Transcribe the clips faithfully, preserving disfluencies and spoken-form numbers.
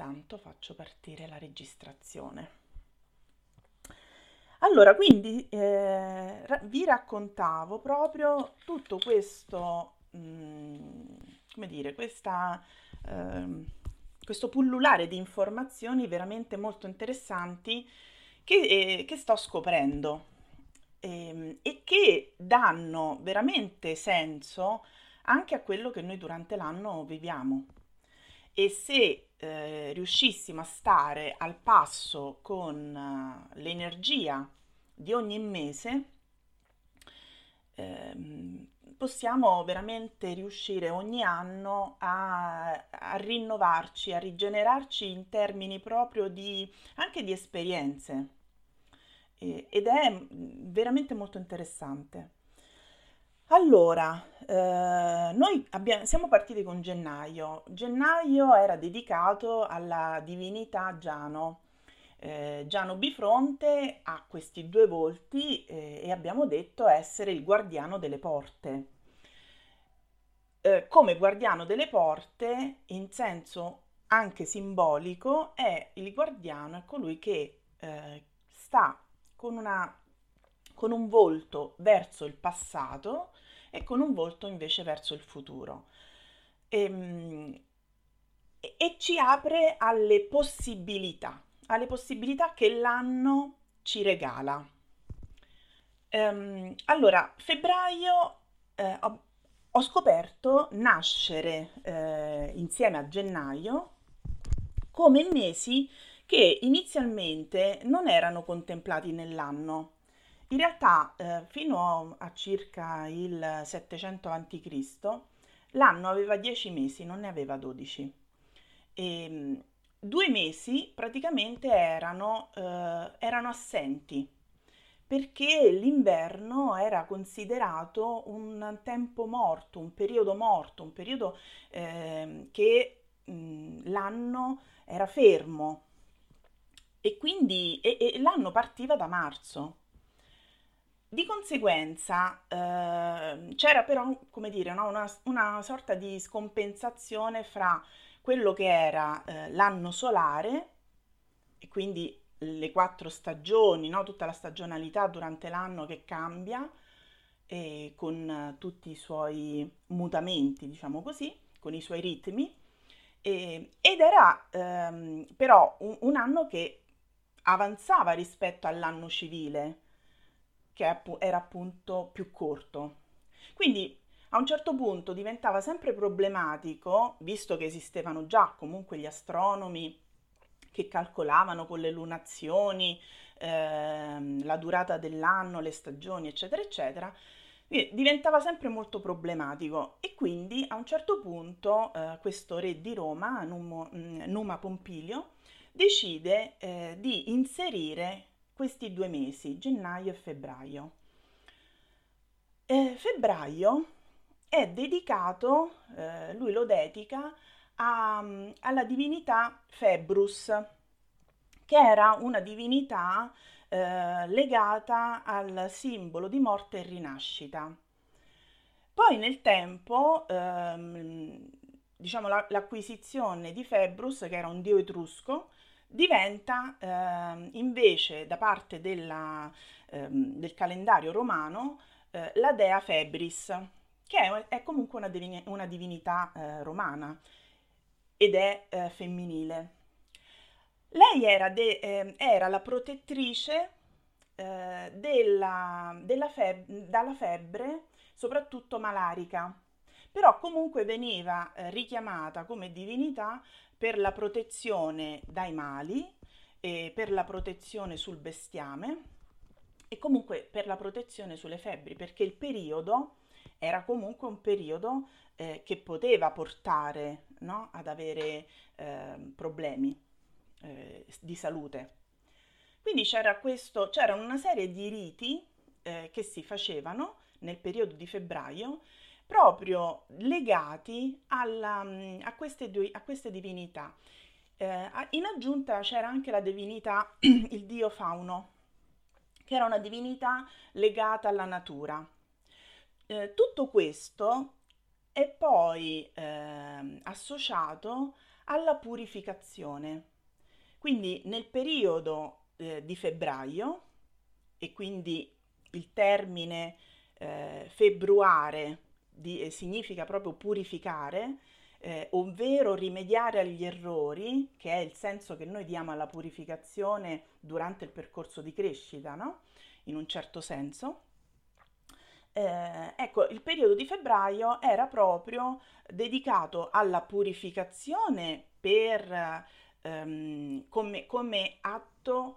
intanto faccio partire la registrazione. Allora, quindi eh, ra- vi raccontavo proprio tutto questo, mm, come dire, questa, ehm, questo pullulare di informazioni veramente molto interessanti che, eh, che sto scoprendo ehm, e che danno veramente senso anche a quello che noi durante l'anno viviamo. E se eh, riuscissimo a stare al passo con eh, l'energia di ogni mese, ehm, possiamo veramente riuscire ogni anno a, a rinnovarci, a rigenerarci in termini proprio di anche di esperienze. E- ed è mm, veramente molto interessante. Allora, eh, noi abbia- siamo partiti con gennaio. Gennaio era dedicato alla divinità Giano. Eh, Giano Bifronte ha questi due volti eh, e abbiamo detto essere il guardiano delle porte. Eh, come guardiano delle porte, in senso anche simbolico, è il guardiano, è colui che eh, sta con una, con un volto verso il passato e con un volto invece verso il futuro. Ehm, E, e ci apre alle possibilità, alle possibilità che l'anno ci regala. Ehm, allora, febbraio eh, ho, ho scoperto nascere eh, insieme a gennaio come mesi che inizialmente non erano contemplati nell'anno. In realtà, eh, fino a circa il settecento avanti Cristo, l'anno aveva dieci mesi, non ne aveva dodici. E, mh, due mesi praticamente erano, eh, erano assenti perché l'inverno era considerato un tempo morto, un periodo morto, un periodo ehm, che mh, l'anno era fermo e quindi e- e l'anno partiva da marzo. Di conseguenza ehm, c'era però, come dire, no, una, una sorta di scompensazione fra quello che era eh, l'anno solare e quindi le quattro stagioni, no, tutta la stagionalità durante l'anno che cambia e con eh, tutti i suoi mutamenti, diciamo così, con i suoi ritmi. E- ed era ehm, però un, un anno che avanzava rispetto all'anno civile, che appu- era appunto più corto. Quindi a un certo punto diventava sempre problematico, visto che esistevano già comunque gli astronomi che calcolavano con le lunazioni ehm, la durata dell'anno, le stagioni, eccetera, eccetera, quindi diventava sempre molto problematico e quindi a un certo punto eh, questo re di Roma, Numo- mm, Numa Pompilio, decide eh, di inserire questi due mesi, gennaio e febbraio. Eh, febbraio è dedicato, eh, lui lo dedica a- alla divinità Februs, che era una divinità eh, legata al simbolo di morte e rinascita. Poi nel tempo, ehm, diciamo, la- l'acquisizione di Februs, che era un dio etrusco, diventa ehm, invece da parte della, ehm, del calendario romano eh, la dea Febris, che è, è comunque una, divini- una divinità eh, romana ed è eh, femminile. Lei era, de- ehm, era la protettrice eh, della, della feb- dalla febbre, soprattutto malarica, però comunque veniva eh, richiamata come divinità per la protezione dai mali, e per la protezione sul bestiame e comunque per la protezione sulle febbri, perché il periodo era comunque un periodo eh, che poteva portare, no, ad avere eh, problemi eh, di salute. Quindi c'era questo, c'era una serie di riti eh, che si facevano nel periodo di febbraio proprio legati alla, mm, a, queste due, a queste divinità. Eh, in aggiunta c'era anche la divinità, il dio Fauno, che era una divinità legata alla natura. Eh, tutto questo è poi ehm, associato alla purificazione. Quindi nel periodo eh, di febbraio, e quindi il termine eh, februare di- eh, significa proprio purificare, eh, ovvero rimediare agli errori, che è il senso che noi diamo alla purificazione durante il percorso di crescita, no? In un certo senso. Eh, ecco, il periodo di febbraio era proprio dedicato alla purificazione per, ehm, come, come atto,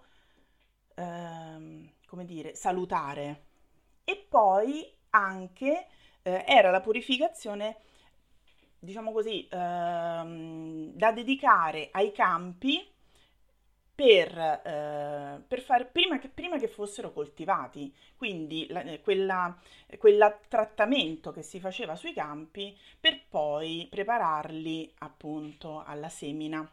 ehm, come dire, salutare. E poi anche eh, era la purificazione, diciamo così, ehm, da dedicare ai campi per, eh, per far, prima che, prima che fossero coltivati. Quindi la- eh, quella, quel trattamento che si faceva sui campi per poi prepararli appunto alla semina.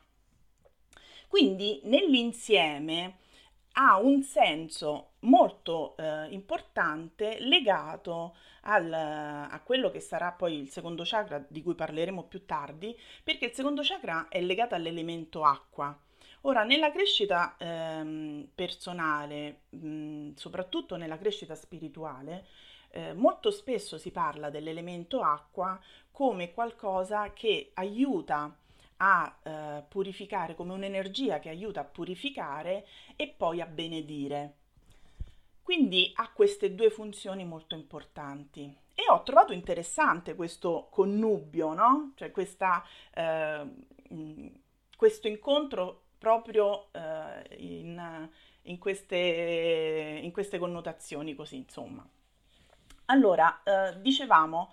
Quindi nell'insieme ha un senso molto eh, importante legato al- a quello che sarà poi il secondo chakra di cui parleremo più tardi, perché il secondo chakra è legato all'elemento acqua. Ora, nella crescita ehm, personale, mh, soprattutto nella crescita spirituale, eh, molto spesso si parla dell'elemento acqua come qualcosa che aiuta a eh, purificare, come un'energia che aiuta a purificare e poi a benedire. Quindi ha queste due funzioni molto importanti. E ho trovato interessante questo connubio, no? Cioè questa, eh, mh, questo incontro proprio eh, in, in queste, in queste connotazioni così, insomma. Allora, eh, dicevamo,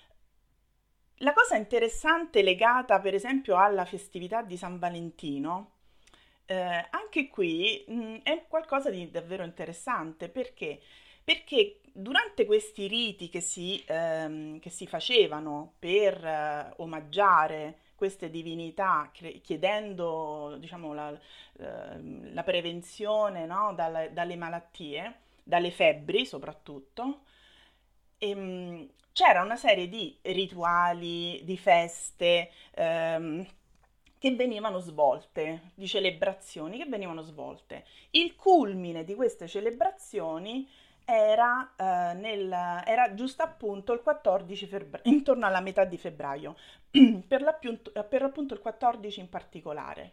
la cosa interessante legata per esempio alla festività di San Valentino, eh, anche qui mh, è qualcosa di davvero interessante perché? Perché durante questi riti che si, ehm, che si facevano per eh, omaggiare queste divinità, cre- chiedendo diciamo, la, ehm, la prevenzione no, dalle, dalle malattie, dalle febbri soprattutto, ehm, c'era una serie di rituali, di feste ehm, che venivano svolte, di celebrazioni che venivano svolte. Il culmine di queste celebrazioni era, eh, nel, era giusto appunto il quattordici febbraio, intorno alla metà di febbraio, per l'appunto, per l'appunto il quattordici in particolare.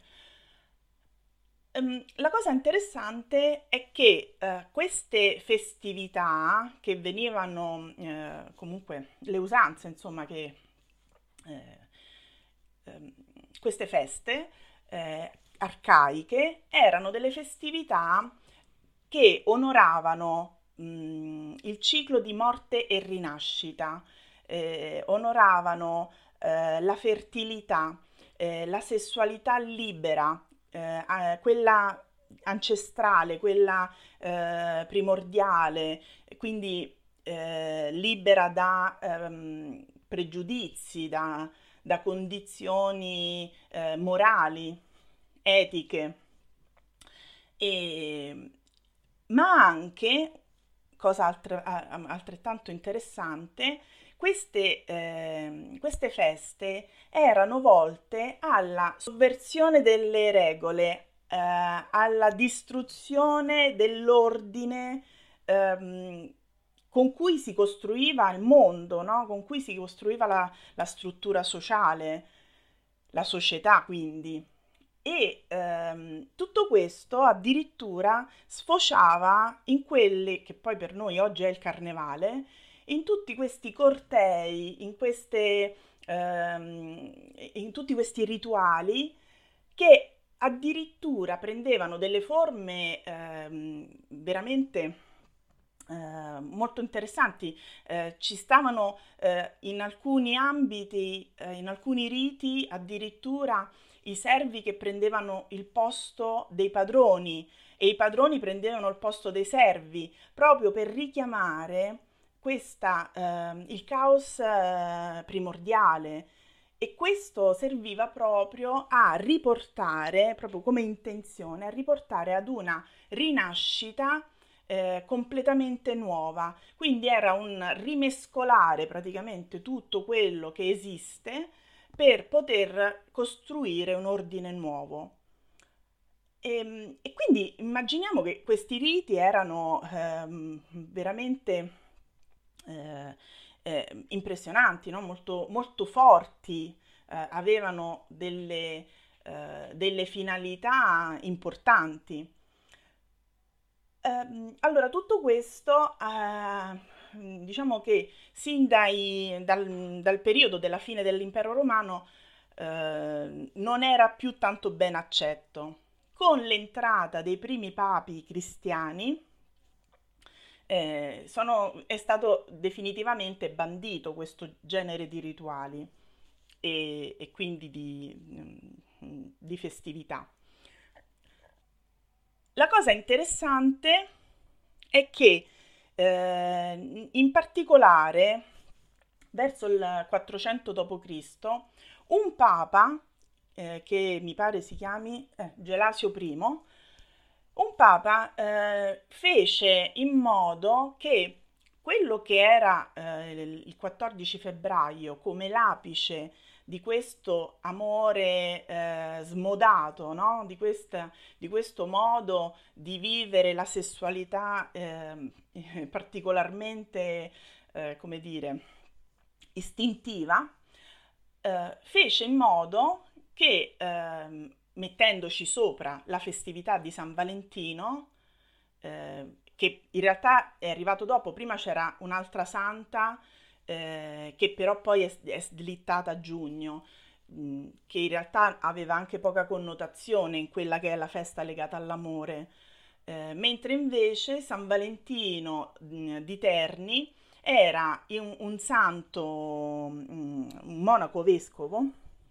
Ehm, La cosa interessante è che eh, queste festività che venivano, eh, comunque le usanze, insomma, che eh, ehm, queste feste eh, arcaiche erano delle festività che onoravano mh, il ciclo di morte e rinascita, eh, onoravano eh, la fertilità, eh, la sessualità libera, eh, eh, quella ancestrale, quella eh, primordiale, quindi eh, libera da ehm, pregiudizi, da, da condizioni eh, morali, etiche. E, ma anche, cosa altre- a- a- altrettanto interessante, queste, ehm, queste feste erano volte alla sovversione delle regole, eh, alla distruzione dell'ordine, ehm, con cui si costruiva il mondo, no? Con cui si costruiva la, la struttura sociale, la società quindi. E ehm, tutto questo addirittura sfociava in quelli che poi per noi oggi è il carnevale, in tutti questi cortei, in queste, ehm, in tutti questi rituali che addirittura prendevano delle forme ehm, veramente eh, molto interessanti. Eh, ci stavano eh, in alcuni ambiti, eh, in alcuni riti, addirittura i servi che prendevano il posto dei padroni e i padroni prendevano il posto dei servi, proprio per richiamare questa, eh, il caos eh, primordiale. E questo serviva proprio a riportare, proprio come intenzione, a riportare ad una rinascita eh, completamente nuova. Quindi era un rimescolare praticamente tutto quello che esiste per poter costruire un ordine nuovo. E, e quindi immaginiamo che questi riti erano ehm, veramente eh, eh, impressionanti, no? Molto, molto forti, eh, avevano delle, eh, delle finalità importanti. Ehm, allora, tutto questo, eh, diciamo che sin dai- dal, dal periodo della fine dell'impero romano, eh, non era più tanto ben accetto. Con l'entrata dei primi papi cristiani, eh, sono- è stato definitivamente bandito questo genere di rituali e, e quindi di, mm, di festività. La cosa interessante è che eh, in particolare verso il quattrocento dopo Cristo un papa eh, che mi pare si chiami eh, Gelasio primo, un papa eh, fece in modo che quello che era eh, il quattordici febbraio come l'apice di questo amore eh, smodato, no? Di, questa, di questo modo di vivere la sessualità eh, particolarmente, eh, come dire, istintiva, eh, fece in modo che, ehm, mettendoci sopra la festività di San Valentino, eh, che in realtà è arrivato dopo, prima c'era un'altra santa eh, che però poi è, è slittata a giugno, mh, che in realtà aveva anche poca connotazione in quella che è la festa legata all'amore, eh, mentre invece San Valentino mh, di Terni era un, un santo, mm, un monaco vescovo,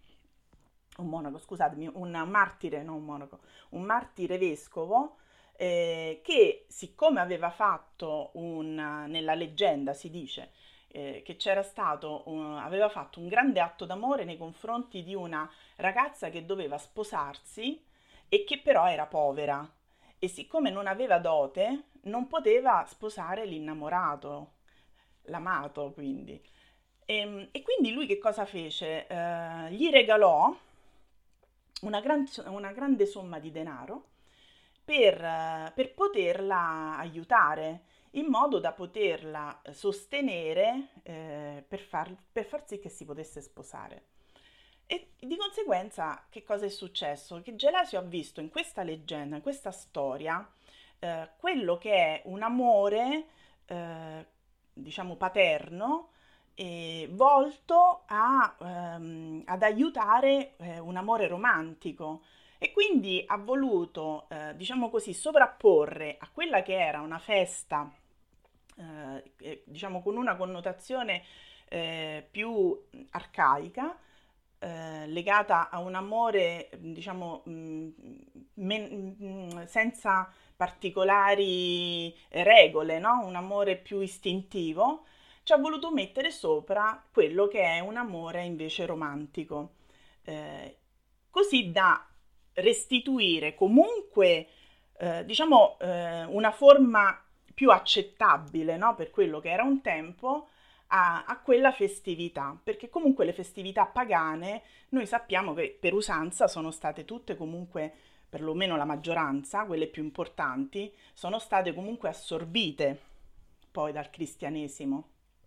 un monaco, scusatemi, un martire, non un monaco, un martire vescovo eh, che siccome aveva fatto un, nella leggenda si dice eh, che c'era stato, un, aveva fatto un grande atto d'amore nei confronti di una ragazza che doveva sposarsi e che però era povera e siccome non aveva dote non poteva sposare l'innamorato, l'amato quindi. E, e quindi lui che cosa fece? Eh, gli regalò una, gran- una grande somma di denaro per, eh, per poterla aiutare, in modo da poterla sostenere eh, per far, per far sì che si potesse sposare. E di conseguenza che cosa è successo? Che Gelasio ha visto in questa leggenda, in questa storia, eh, quello che è un amore, eh, diciamo, paterno, eh, volto a, ehm, ad aiutare eh, un amore romantico. E quindi ha voluto, eh, diciamo così, sovrapporre a quella che era una festa, eh, eh, diciamo con una connotazione eh, più arcaica, eh, legata a un amore, diciamo, mh, men- mh, senza particolari regole, no? Un amore più istintivo, ci ha voluto mettere sopra quello che è un amore invece romantico, eh, così da restituire comunque, eh, diciamo, eh, una forma più accettabile, no? Per quello che era un tempo, a, a quella festività, perché comunque le festività pagane noi sappiamo che per usanza sono state tutte comunque, perlomeno la maggioranza, quelle più importanti, sono state comunque assorbite poi dal cristianesimo,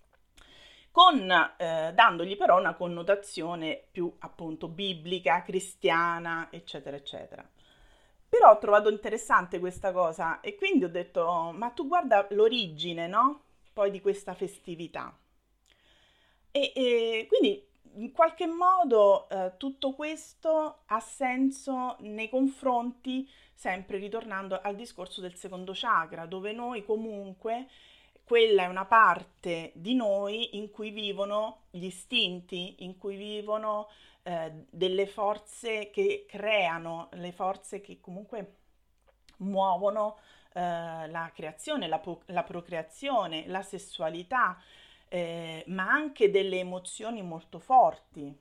con, eh, dandogli però una connotazione più appunto biblica, cristiana, eccetera, eccetera. Però ho trovato interessante questa cosa e quindi ho detto, ma tu guarda l'origine, no? Poi di questa festività. E, e quindi in qualche modo eh, tutto questo ha senso nei confronti, sempre ritornando al discorso del secondo chakra, dove noi comunque, quella è una parte di noi in cui vivono gli istinti, in cui vivono eh, delle forze che creano, le forze che comunque muovono eh, la creazione, la, po- la procreazione, la sessualità, eh, ma anche delle emozioni molto forti.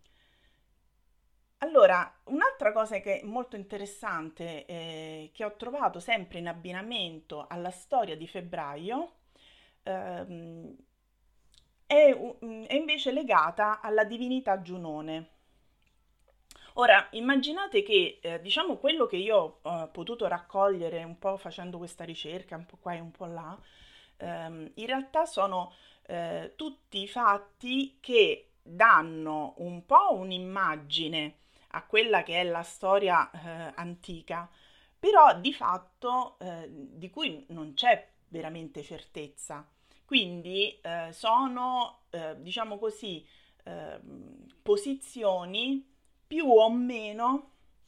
Allora, un'altra cosa che è molto interessante, eh, che ho trovato sempre in abbinamento alla storia di febbraio, ehm, è, u- è invece legata alla divinità Giunone. Ora, immaginate che, eh, diciamo, quello che io ho potuto raccogliere un po' facendo questa ricerca, un po' qua e un po' là, ehm, in realtà sono eh, tutti fatti che danno un po' un'immagine a quella che è la storia eh, antica, però di fatto eh, di cui non c'è veramente certezza. Quindi eh, sono, eh, diciamo così, ehm, posizioni più o meno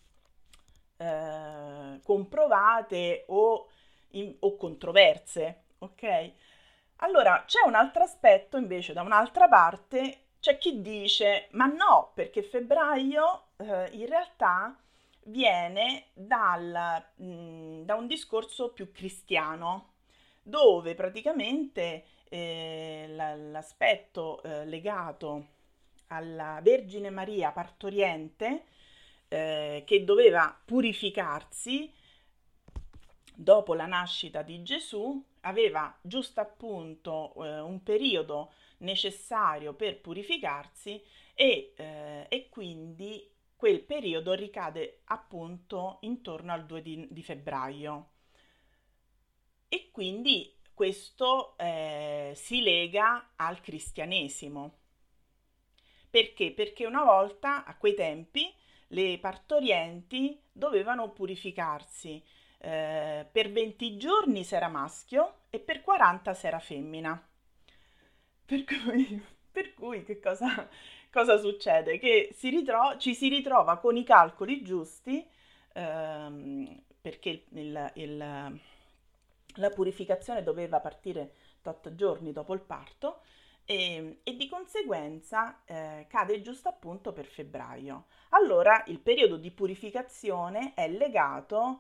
eh, comprovate o, in- o controverse, ok? Allora, c'è un altro aspetto invece, da un'altra parte, c'è chi dice, ma no, perché febbraio eh, in realtà viene dal, mh, da un discorso più cristiano, dove praticamente eh, la- l'aspetto eh, legato alla Vergine Maria partoriente, eh, che doveva purificarsi dopo la nascita di Gesù, aveva giusto appunto eh, un periodo necessario per purificarsi e, eh, e quindi quel periodo ricade appunto intorno al due di, di febbraio. E quindi questo eh, si lega al cristianesimo. Perché? Perché una volta, a quei tempi, le partorienti dovevano purificarsi eh, per venti giorni se era maschio e per quaranta se era femmina. Per cui, per cui che cosa, cosa succede? Che si ritro- ci si ritrova con i calcoli giusti, ehm, perché il- il- la purificazione doveva partire otto giorni dopo il parto e, e di conseguenza eh, cade giusto appunto per febbraio. Allora il periodo di purificazione è legato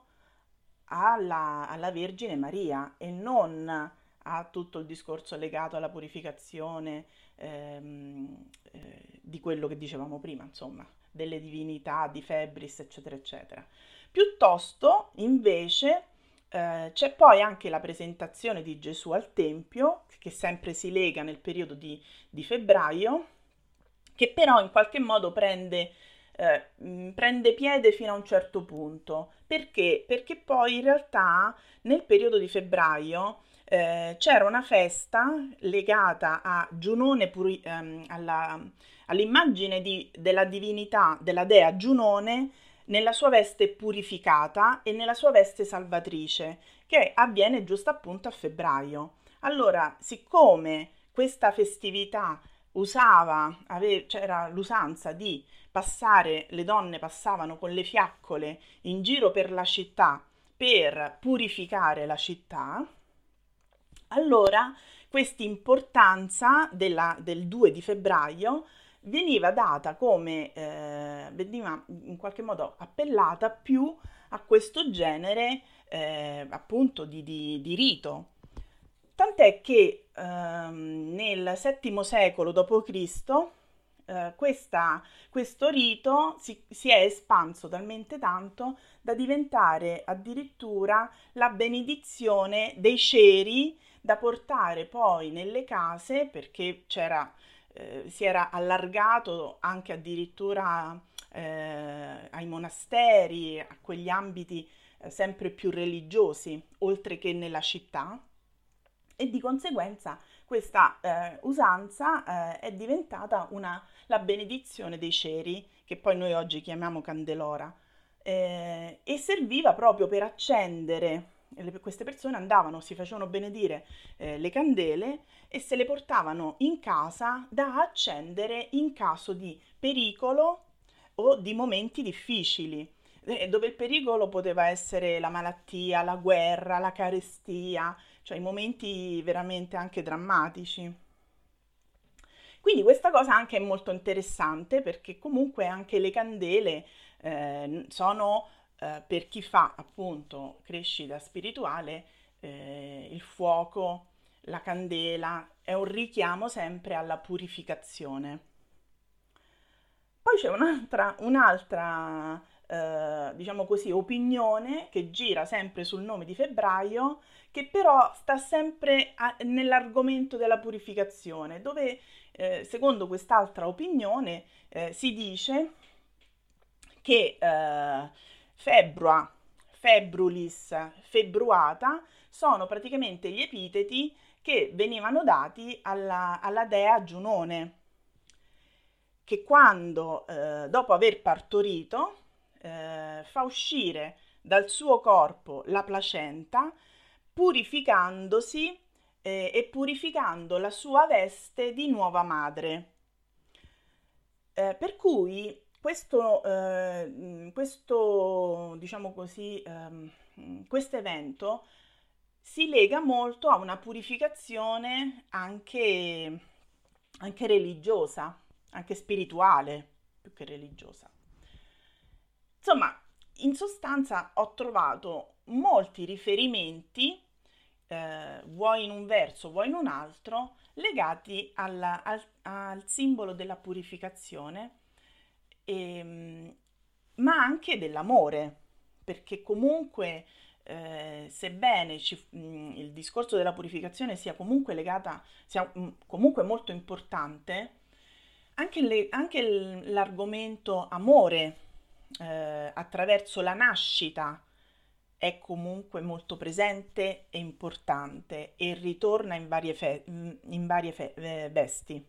alla, alla Vergine Maria e non a tutto il discorso legato alla purificazione ehm, eh, di quello che dicevamo prima, insomma, delle divinità, di Febris, eccetera, eccetera. Piuttosto, invece, eh, c'è poi anche la presentazione di Gesù al Tempio, che sempre si lega nel periodo di, di febbraio, che però in qualche modo prende, eh, mh, prende piede fino a un certo punto. Perché? Perché poi in realtà nel periodo di febbraio eh, c'era una festa legata a Giunone, puri- ehm, alla- all'immagine di- della divinità, della dea Giunone nella sua veste purificata e nella sua veste salvatrice, che avviene giusto appunto a febbraio. Allora, siccome questa festività usava, ave- c'era l'usanza di passare, le donne passavano con le fiaccole in giro per la città per purificare la città, allora questa importanza della- del due di febbraio veniva data come, eh, veniva in qualche modo appellata più a questo genere eh, appunto di, di- di rito. Tant'è che ehm, nel settimo secolo dopo Cristo eh, questa- questo rito si, si è espanso talmente tanto da diventare addirittura la benedizione dei ceri da portare poi nelle case perché c'era, eh, si era allargato anche addirittura eh, ai monasteri, a quegli ambiti eh, sempre più religiosi, oltre che nella città e di conseguenza questa eh, usanza eh, è diventata una, la benedizione dei ceri, che poi noi oggi chiamiamo candelora, eh, e serviva proprio per accendere, le- queste persone andavano, si facevano benedire eh, le candele e se le portavano in casa da accendere in caso di pericolo o di momenti difficili, eh, dove il pericolo poteva essere la malattia, la guerra, la carestia, cioè i momenti veramente anche drammatici. Quindi questa cosa anche è molto interessante perché comunque anche le candele eh, sono eh, per chi fa appunto crescita spirituale, eh, il fuoco, la candela è un richiamo sempre alla purificazione. Poi c'è un'altra, un'altra eh, diciamo così, opinione che gira sempre sul nome di febbraio, che però sta sempre a- nell'argomento della purificazione, dove eh, secondo quest'altra opinione eh, si dice che eh, februa, februlis, febbruata sono praticamente gli epiteti che venivano dati alla, alla dea Giunone, che quando, eh, dopo aver partorito, eh, fa uscire dal suo corpo la placenta, purificandosi eh, e purificando la sua veste di nuova madre. Eh, per cui questo, eh, questo, diciamo così, ehm, questo evento si lega molto a una purificazione anche, anche religiosa, anche spirituale, più che religiosa. Insomma, in sostanza ho trovato molti riferimenti, eh, vuoi in un verso, vuoi in un altro, legati alla- al, al simbolo della purificazione, ehm, ma anche dell'amore, perché comunque, eh, sebbene ci- mh, il discorso della purificazione sia comunque legata, sia mh, comunque molto importante, anche, le- anche l- l'argomento amore, eh, attraverso la nascita, è comunque molto presente e importante e ritorna in varie, fe- in varie fe- eh, vesti.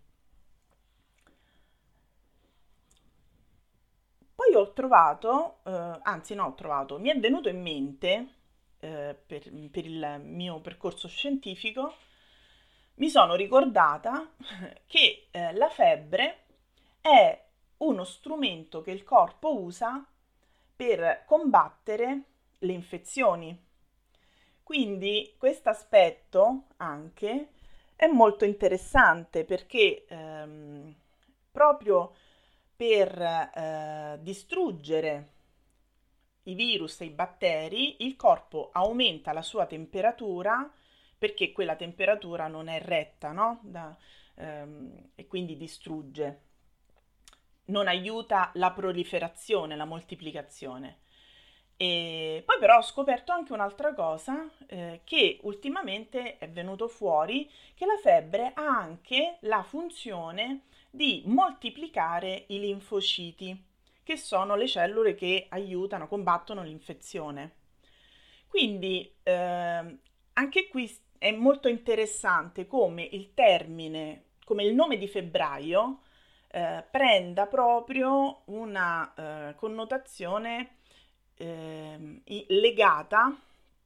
Poi ho trovato, eh, anzi no, ho trovato, mi è venuto in mente, eh, per, per il mio percorso scientifico, mi sono ricordata che eh, la febbre è uno strumento che il corpo usa per combattere le infezioni. Quindi questo aspetto anche è molto interessante perché ehm, proprio per eh, distruggere i virus e i batteri, il corpo aumenta la sua temperatura perché quella temperatura non è retta, no? Da- ehm, e quindi distrugge, non aiuta la proliferazione, la moltiplicazione. E poi però ho scoperto anche un'altra cosa, eh, che ultimamente è venuto fuori, che la febbre ha anche la funzione di moltiplicare i linfociti, che sono le cellule che aiutano, combattono l'infezione. Quindi ehm, anche qui è molto interessante come il termine, come il nome di febbraio, eh, prenda proprio una eh, connotazione ehm, i- legata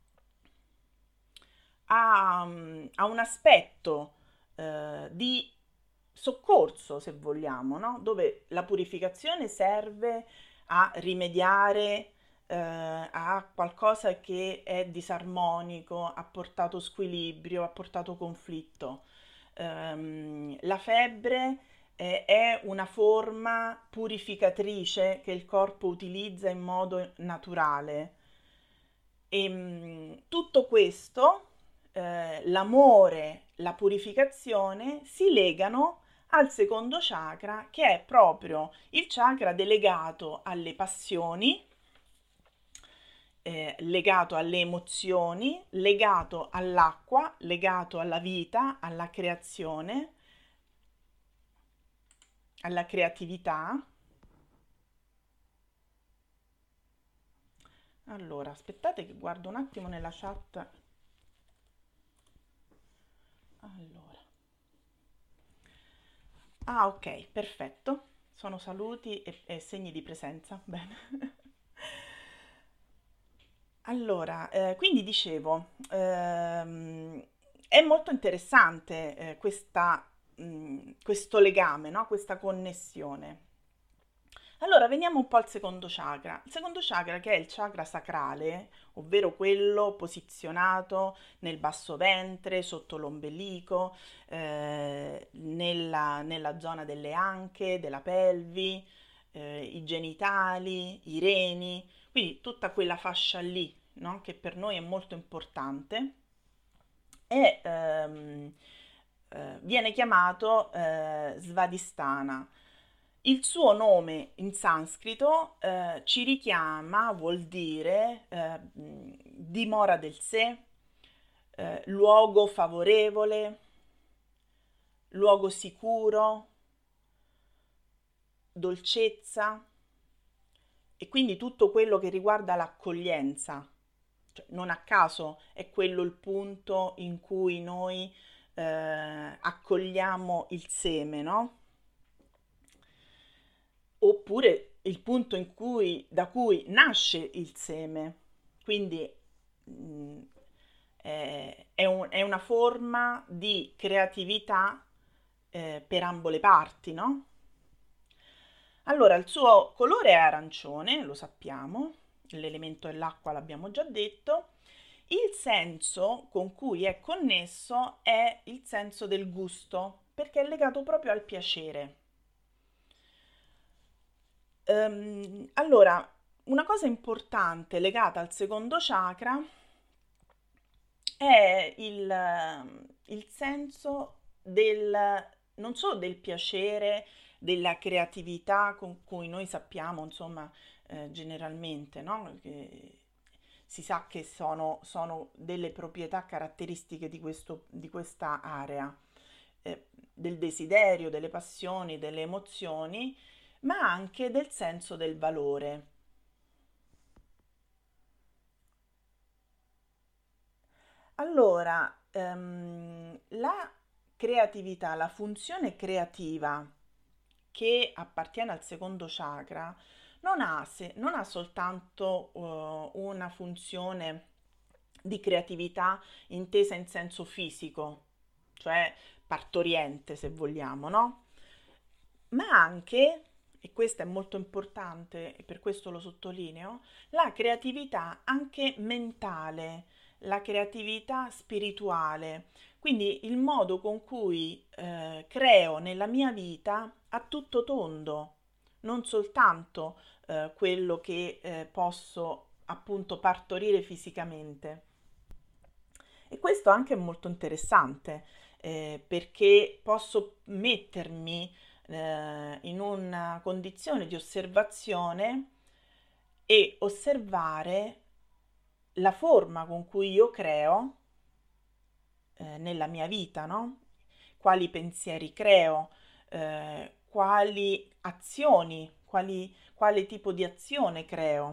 a, a un aspetto eh, di soccorso, se vogliamo, no? Dove la purificazione serve a rimediare eh, a qualcosa che è disarmonico, ha portato squilibrio, ha portato conflitto. Ehm, la febbre eh, è una forma purificatrice che il corpo utilizza in modo naturale. E mh, tutto questo, eh, l'amore, la purificazione, si legano al secondo chakra, che è proprio il chakra delegato alle passioni, eh, legato alle emozioni, legato all'acqua, legato alla vita, alla creazione, alla creatività. Allora, aspettate che guardo un attimo nella chat. Allora. Ah, ok, perfetto. Sono saluti e, e segni di presenza. Bene. Allora, eh, quindi dicevo, ehm, è molto interessante eh, questa, mh, questo legame, no? Questa connessione. Allora, veniamo un po' al secondo chakra. Il secondo chakra, che è il chakra sacrale, ovvero quello posizionato nel basso ventre, sotto l'ombelico, eh, nella, nella zona delle anche, della pelvi, eh, i genitali, i reni, quindi tutta quella fascia lì, no? Che per noi è molto importante e ehm, eh, viene chiamato eh, Svadhisthana. Il suo nome in sanscrito eh, ci richiama, vuol dire eh, mh, dimora del sé, eh, luogo favorevole, luogo sicuro, dolcezza e quindi tutto quello che riguarda l'accoglienza. Cioè, non a caso è quello il punto in cui noi eh, accogliamo il seme, no? Oppure il punto in cui, da cui nasce il seme. Quindi mh, è, è un- è una forma di creatività eh, per ambo le parti, no? Allora, il suo colore è arancione, lo sappiamo, l'elemento è l'acqua, l'abbiamo già detto. Il senso con cui è connesso è il senso del gusto, perché è legato proprio al piacere. Ehm, allora, una cosa importante legata al secondo chakra è il, ehm, il senso del, non solo del piacere, della creatività con cui noi sappiamo, insomma, eh, generalmente, no? Che si sa che sono, sono delle proprietà caratteristiche di questo, di questa area, eh, del desiderio, delle passioni, delle emozioni, ma anche del senso del valore. Allora, ehm, la creatività, la funzione creativa che appartiene al secondo chakra non ha, se- non ha soltanto eh, una funzione di creatività intesa in senso fisico, cioè partoriente se vogliamo, no? Ma anche, e questo è molto importante e per questo lo sottolineo, la creatività anche mentale, la creatività spirituale, quindi il modo con cui eh, creo nella mia vita a tutto tondo, non soltanto eh, quello che eh, posso appunto partorire fisicamente. E questo anche è molto interessante eh, perché posso mettermi eh, in una condizione di osservazione e osservare la forma con cui io creo eh, nella mia vita, no? Quali pensieri creo, eh, quali azioni, quali, quale tipo di azione creo.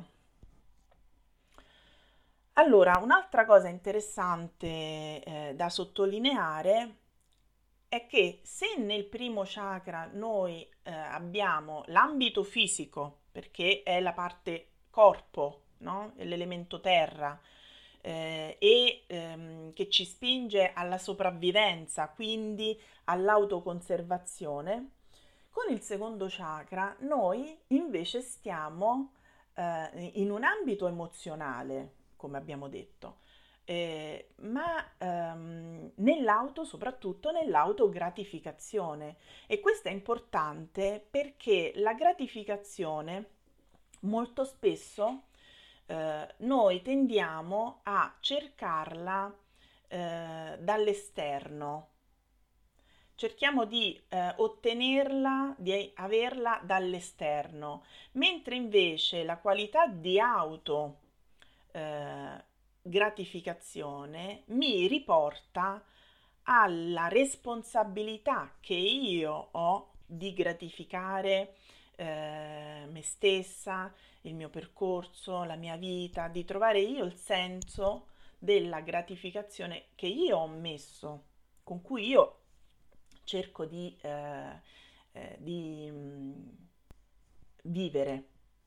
Allora, un'altra cosa interessante eh, da sottolineare è che se nel primo chakra noi eh, abbiamo l'ambito fisico, perché è la parte corpo, no? È l'elemento terra, eh, e ehm, che ci spinge alla sopravvivenza, quindi all'autoconservazione, con il secondo chakra noi invece stiamo eh, in un ambito emozionale, come abbiamo detto, eh, ma ehm, nell'auto, soprattutto nell'autogratificazione. E questo è importante perché la gratificazione molto spesso eh, noi tendiamo a cercarla eh, dall'esterno. Cerchiamo di eh, ottenerla, di averla dall'esterno, mentre invece la qualità di auto eh, gratificazione mi riporta alla responsabilità che io ho di gratificare eh, me stessa, il mio percorso, la mia vita, di trovare io il senso della gratificazione che io ho messo, con cui io cerco di, eh, eh, di mm, vivere.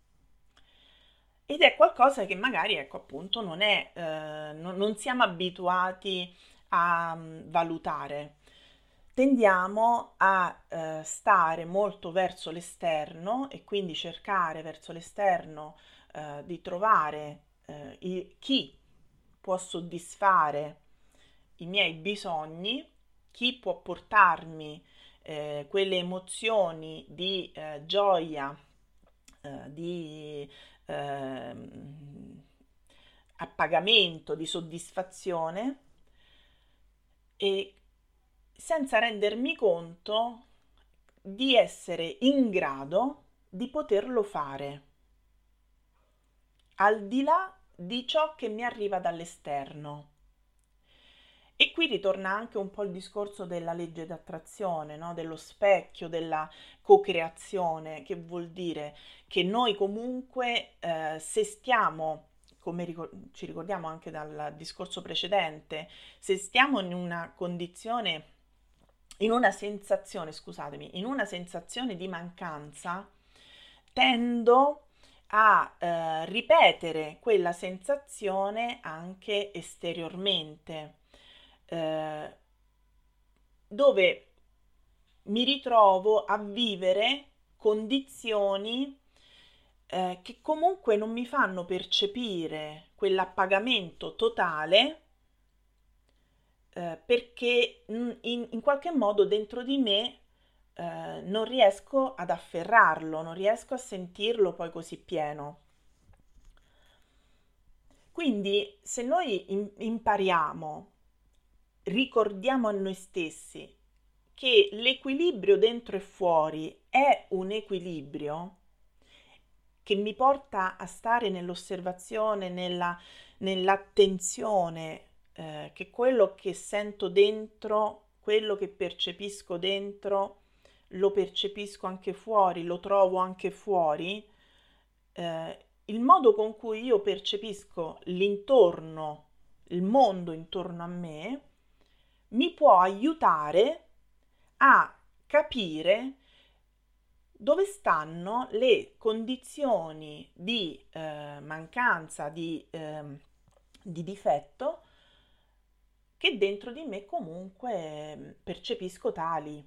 Ed è qualcosa che magari, ecco, appunto, non è, eh, non, non siamo abituati a mm, valutare. Tendiamo a eh, stare molto verso l'esterno e quindi cercare verso l'esterno eh, di trovare eh, i- chi può soddisfare i miei bisogni, chi può portarmi eh, quelle emozioni di eh, gioia, eh, di ehm, appagamento, di soddisfazione e senza rendermi conto di essere in grado di poterlo fare, al di là di ciò che mi arriva dall'esterno. E qui ritorna anche un po' il discorso della legge d'attrazione, no? Dello specchio, della co-creazione, che vuol dire che noi comunque, eh, se stiamo, come ricor- ci ricordiamo anche dal discorso precedente, se stiamo in una condizione, in una sensazione, scusatemi, in una sensazione di mancanza, tendo a eh, ripetere quella sensazione anche esteriormente, eh, dove mi ritrovo a vivere condizioni eh, che comunque non mi fanno percepire quell'appagamento totale, eh, perché mm, in, in qualche modo dentro di me eh, non riesco ad afferrarlo, non riesco a sentirlo poi così pieno. Quindi se noi im- impariamo, ricordiamo a noi stessi che l'equilibrio dentro e fuori è un equilibrio che mi porta a stare nell'osservazione, nella, nell'attenzione, eh, che quello che sento dentro, quello che percepisco dentro, lo percepisco anche fuori, lo trovo anche fuori, eh, il modo con cui io percepisco l'intorno, il mondo intorno a me, mi può aiutare a capire dove stanno le condizioni di eh, mancanza, di, ehm, di difetto che dentro di me comunque ehm, percepisco tali.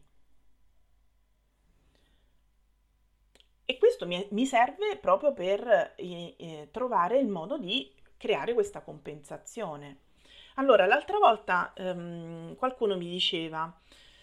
E questo mi, mi serve proprio per eh, eh, trovare il modo di creare questa compensazione. Allora, l'altra volta ehm, qualcuno mi diceva,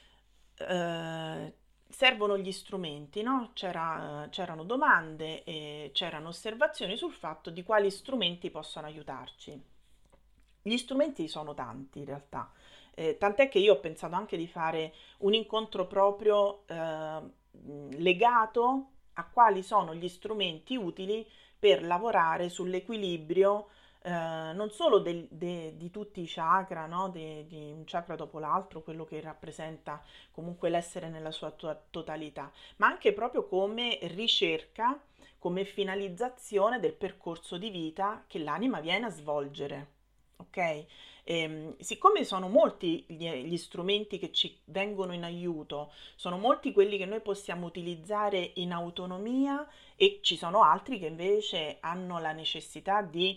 eh, servono gli strumenti, no? C'era- c'erano domande e c'erano osservazioni sul fatto di quali strumenti possono aiutarci. Gli strumenti sono tanti in realtà, eh, tant'è che io ho pensato anche di fare un incontro proprio eh, legato a quali sono gli strumenti utili per lavorare sull'equilibrio eh, non solo del- de- di tutti i chakra, no? De- di un chakra dopo l'altro, quello che rappresenta comunque l'essere nella sua to- totalità, ma anche proprio come ricerca, come finalizzazione del percorso di vita che l'anima viene a svolgere. Ok? Ehm, siccome sono molti gli, gli strumenti che ci vengono in aiuto, sono molti quelli che noi possiamo utilizzare in autonomia e ci sono altri che invece hanno la necessità di,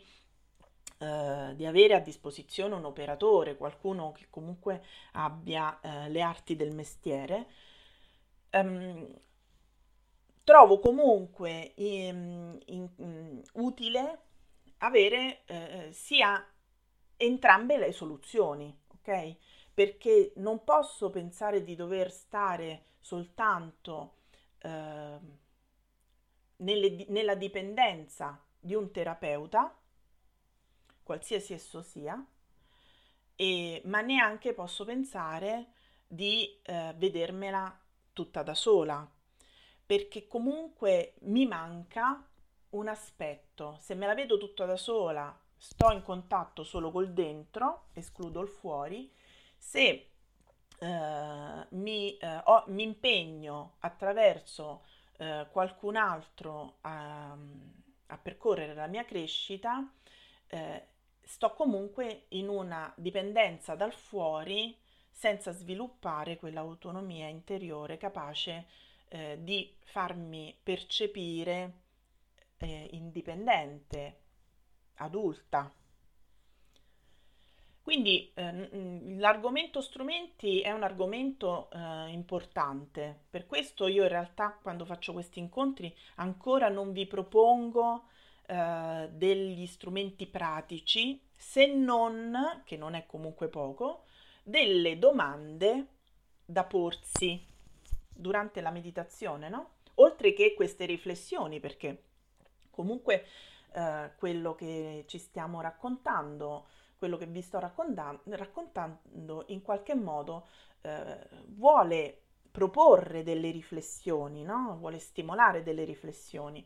eh, di avere a disposizione un operatore, qualcuno che comunque abbia eh, le arti del mestiere. Ehm, Trovo comunque ehm, in- mm, utile avere eh, sia entrambe le soluzioni, ok? Perché non posso pensare di dover stare soltanto eh, nelle- nella dipendenza di un terapeuta, qualsiasi esso sia, e- ma neanche posso pensare di eh, vedermela tutta da sola, perché comunque mi manca un aspetto. Se me la vedo tutta da sola, sto in contatto solo col dentro, escludo il fuori. Se eh, mi, eh, ho- mi impegno attraverso eh, qualcun altro a, a percorrere la mia crescita, eh, sto comunque in una dipendenza dal fuori senza sviluppare quell'autonomia interiore capace eh, di farmi percepire eh, indipendente, adulta. Quindi eh, n- l'argomento strumenti è un argomento eh, importante, per questo io in realtà quando faccio questi incontri ancora non vi propongo eh, degli strumenti pratici, se non, che non è comunque poco, delle domande da porsi durante la meditazione, no? Oltre che queste riflessioni, perché comunque eh, quello che ci stiamo raccontando, quello che vi sto racconta- raccontando, in qualche modo eh, vuole proporre delle riflessioni, no? Vuole stimolare delle riflessioni.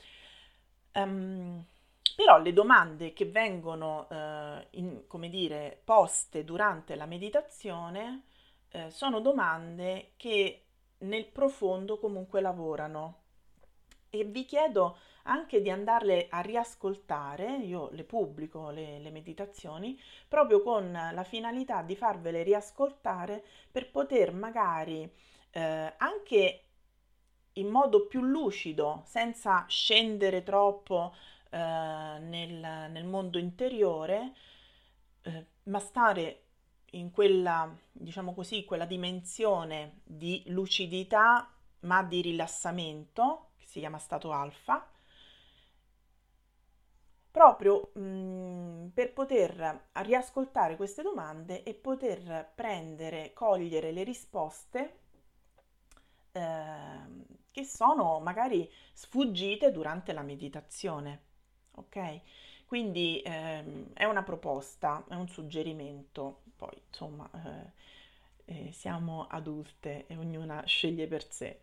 Um, però le domande che vengono, eh, in- come dire, poste durante la meditazione, eh, sono domande che nel profondo comunque lavorano. E vi chiedo anche di andarle a riascoltare, io le pubblico le, le meditazioni, proprio con la finalità di farvele riascoltare per poter magari eh, anche in modo più lucido, senza scendere troppo eh, nel, nel mondo interiore, eh, ma stare in quella, diciamo così, quella dimensione di lucidità, ma di rilassamento, che si chiama stato alfa, proprio mh, per poter riascoltare queste domande e poter prendere, cogliere le risposte ehm, che sono magari sfuggite durante la meditazione. Ok? Quindi ehm, è una proposta, è un suggerimento, poi insomma eh, eh, siamo adulte e ognuna sceglie per sé.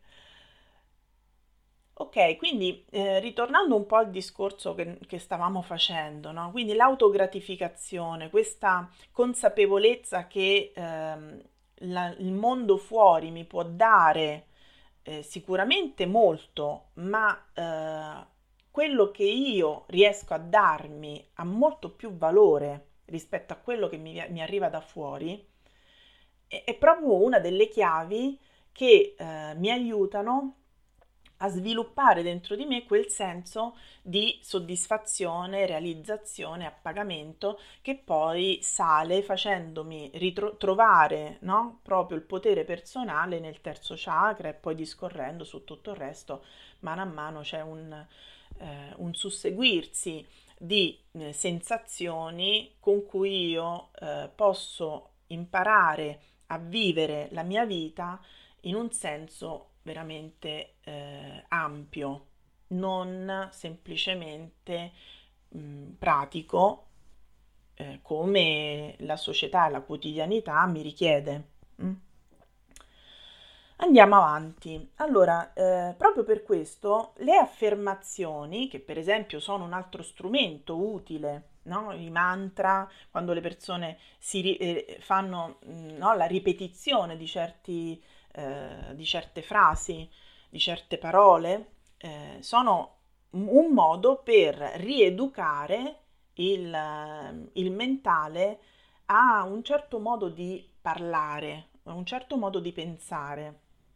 Ok, quindi eh, ritornando un po' al discorso che, che stavamo facendo, no? Quindi l'autogratificazione, questa consapevolezza che ehm, la- il mondo fuori mi può dare eh, sicuramente molto, ma eh, quello che io riesco a darmi ha molto più valore rispetto a quello che mi, mi arriva da fuori, è, è proprio una delle chiavi che eh, mi aiutano a sviluppare dentro di me quel senso di soddisfazione, realizzazione, appagamento che poi sale facendomi ritrovare, no? Proprio il potere personale nel terzo chakra e poi discorrendo su tutto il resto, mano a mano c'è un, eh, un susseguirsi di eh, sensazioni con cui io eh, posso imparare a vivere la mia vita in un senso veramente eh, ampio, non semplicemente mh, pratico eh, come la società e la quotidianità mi richiede. Mm? Andiamo avanti. Allora, eh, proprio per questo le affermazioni, che per esempio sono un altro strumento utile, no? I mantra, quando le persone si ri- eh, fanno mh, no, la ripetizione di certi, eh, di certe frasi, di certe parole, eh, sono un modo per rieducare il, eh, il mentale a un certo modo di parlare, a un certo modo di pensare.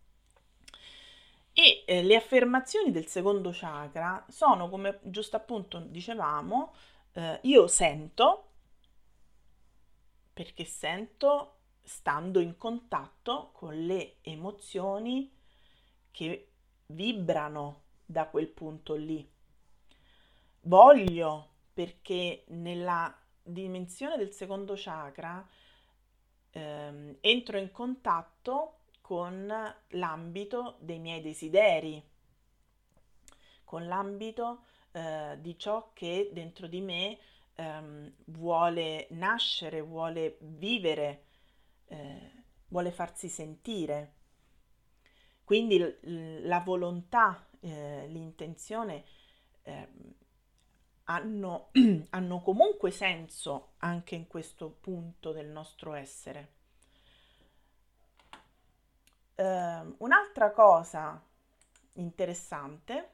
E eh, le affermazioni del secondo chakra sono, come giusto appunto dicevamo, eh, io sento, perché sento stando in contatto con le emozioni che vibrano da quel punto lì. Voglio, perché nella dimensione del secondo chakra ehm, entro in contatto con l'ambito dei miei desideri, con l'ambito eh, di ciò che dentro di me ehm, vuole nascere, vuole vivere, eh, vuole farsi sentire. Quindi l- la volontà, eh, l'intenzione eh, hanno, hanno comunque senso anche in questo punto del nostro essere. Eh, un'altra cosa interessante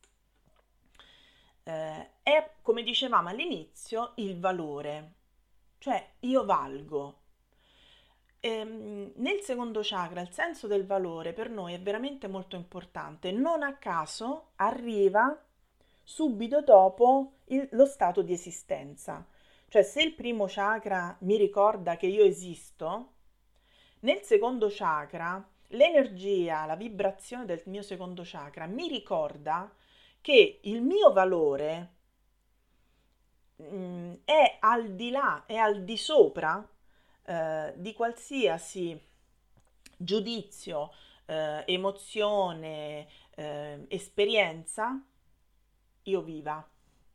eh, è, come dicevamo all'inizio, il valore, cioè io valgo. Ehm, nel secondo chakra il senso del valore per noi è veramente molto importante. Non a caso arriva subito dopo il- lo stato di esistenza. Cioè, se il primo chakra mi ricorda che io esisto, nel secondo chakra l'energia, la vibrazione del mio secondo chakra mi ricorda che il mio valore mm, è al di là, è al di sopra eh, di qualsiasi giudizio, eh, emozione, eh, esperienza io viva.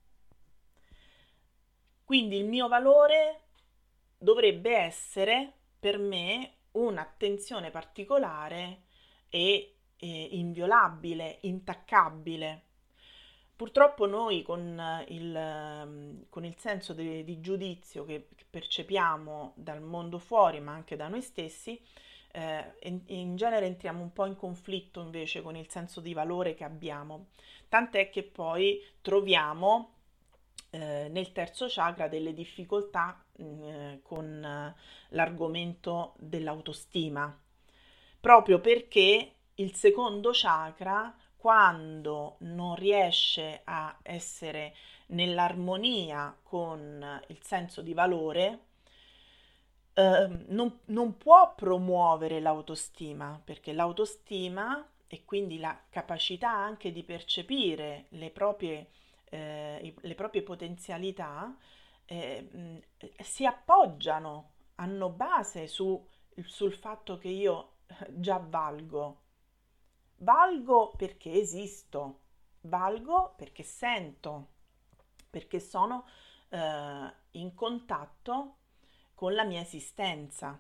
Quindi il mio valore dovrebbe essere per me un'attenzione particolare e eh, inviolabile, intaccabile. Purtroppo noi con il, ehm, con il senso de- di giudizio che, che percepiamo dal mondo fuori, ma anche da noi stessi, eh, in, in genere entriamo un po' in conflitto invece con il senso di valore che abbiamo. Tant'è che poi troviamo eh, nel terzo chakra delle difficoltà eh, con eh, l'argomento dell'autostima, proprio perché il secondo chakra, quando non riesce a essere nell'armonia con il senso di valore, eh, non, non può promuovere l'autostima, perché l'autostima e quindi la capacità anche di percepire le proprie, eh, i- le proprie potenzialità eh, mh, si appoggiano, hanno base su- sul fatto che io già valgo. Valgo perché esisto, valgo perché sento, perché sono eh, in contatto con la mia esistenza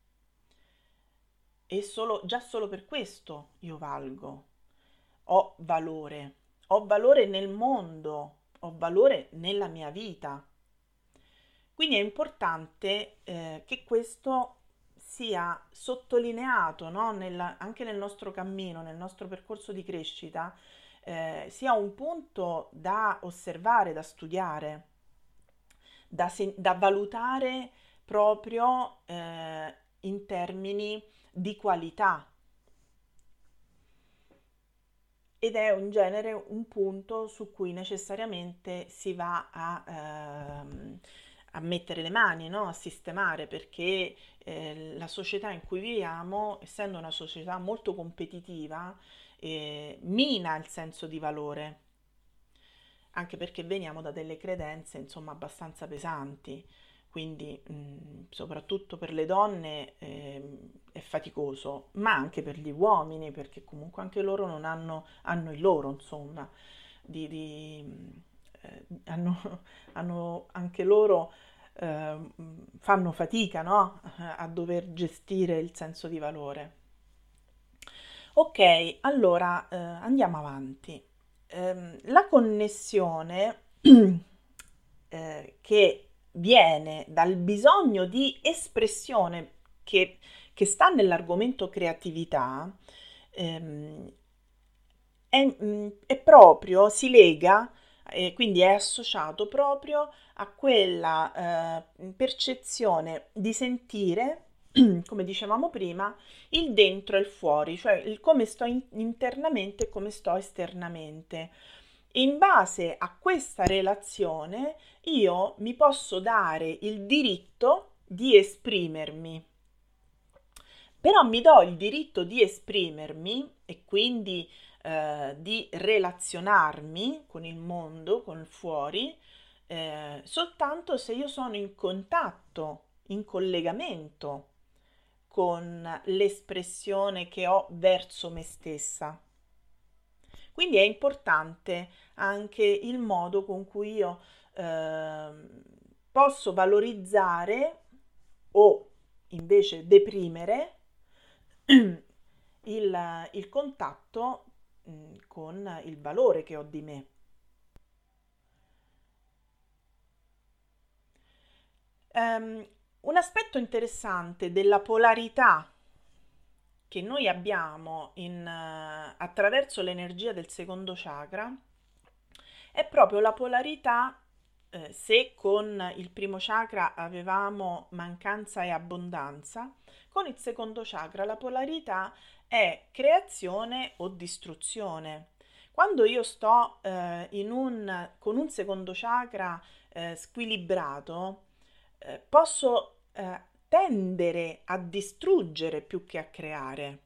e solo, già solo per questo io valgo, ho valore, ho valore nel mondo, ho valore nella mia vita. Quindi è importante eh, che questo sia sottolineato, no? Nella- anche nel nostro cammino, nel nostro percorso di crescita, eh, sia un punto da osservare, da studiare, da, sen- da valutare proprio eh, in termini di qualità. Ed è in genere un punto su cui necessariamente si va a, ehm, a mettere le mani, no? A sistemare, perché eh, la società in cui viviamo, essendo una società molto competitiva, eh, mina il senso di valore, anche perché veniamo da delle credenze, insomma, abbastanza pesanti. Quindi, mh, soprattutto per le donne ehm, è faticoso, ma anche per gli uomini, perché comunque anche loro non hanno, hanno il loro, insomma, di, di, eh, hanno, hanno anche loro, ehm, fanno fatica, no? A dover gestire il senso di valore. Ok, allora eh, andiamo avanti. Ehm, la connessione eh, che viene dal bisogno di espressione che, che sta nell'argomento creatività, ehm, è, mm, è proprio, si lega, eh, quindi è associato proprio a quella eh, percezione di sentire, come dicevamo prima, il dentro e il fuori, cioè il come sto in- internamente e come sto esternamente. In base a questa relazione io mi posso dare il diritto di esprimermi. Però mi do il diritto di esprimermi e quindi eh, di relazionarmi con il mondo, con il fuori, eh, soltanto se io sono in contatto, in collegamento con l'espressione che ho verso me stessa. Quindi è importante anche il modo con cui io ehm, posso valorizzare o invece deprimere il, il contatto mh, con il valore che ho di me. Ehm, un aspetto interessante della polarità che noi abbiamo in, eh, attraverso l'energia del secondo chakra è proprio la polarità, eh, se con il primo chakra avevamo mancanza e abbondanza, con il secondo chakra la polarità è creazione o distruzione. Quando io sto eh, in un, con un secondo chakra eh, squilibrato, eh, posso eh, tendere a distruggere più che a creare,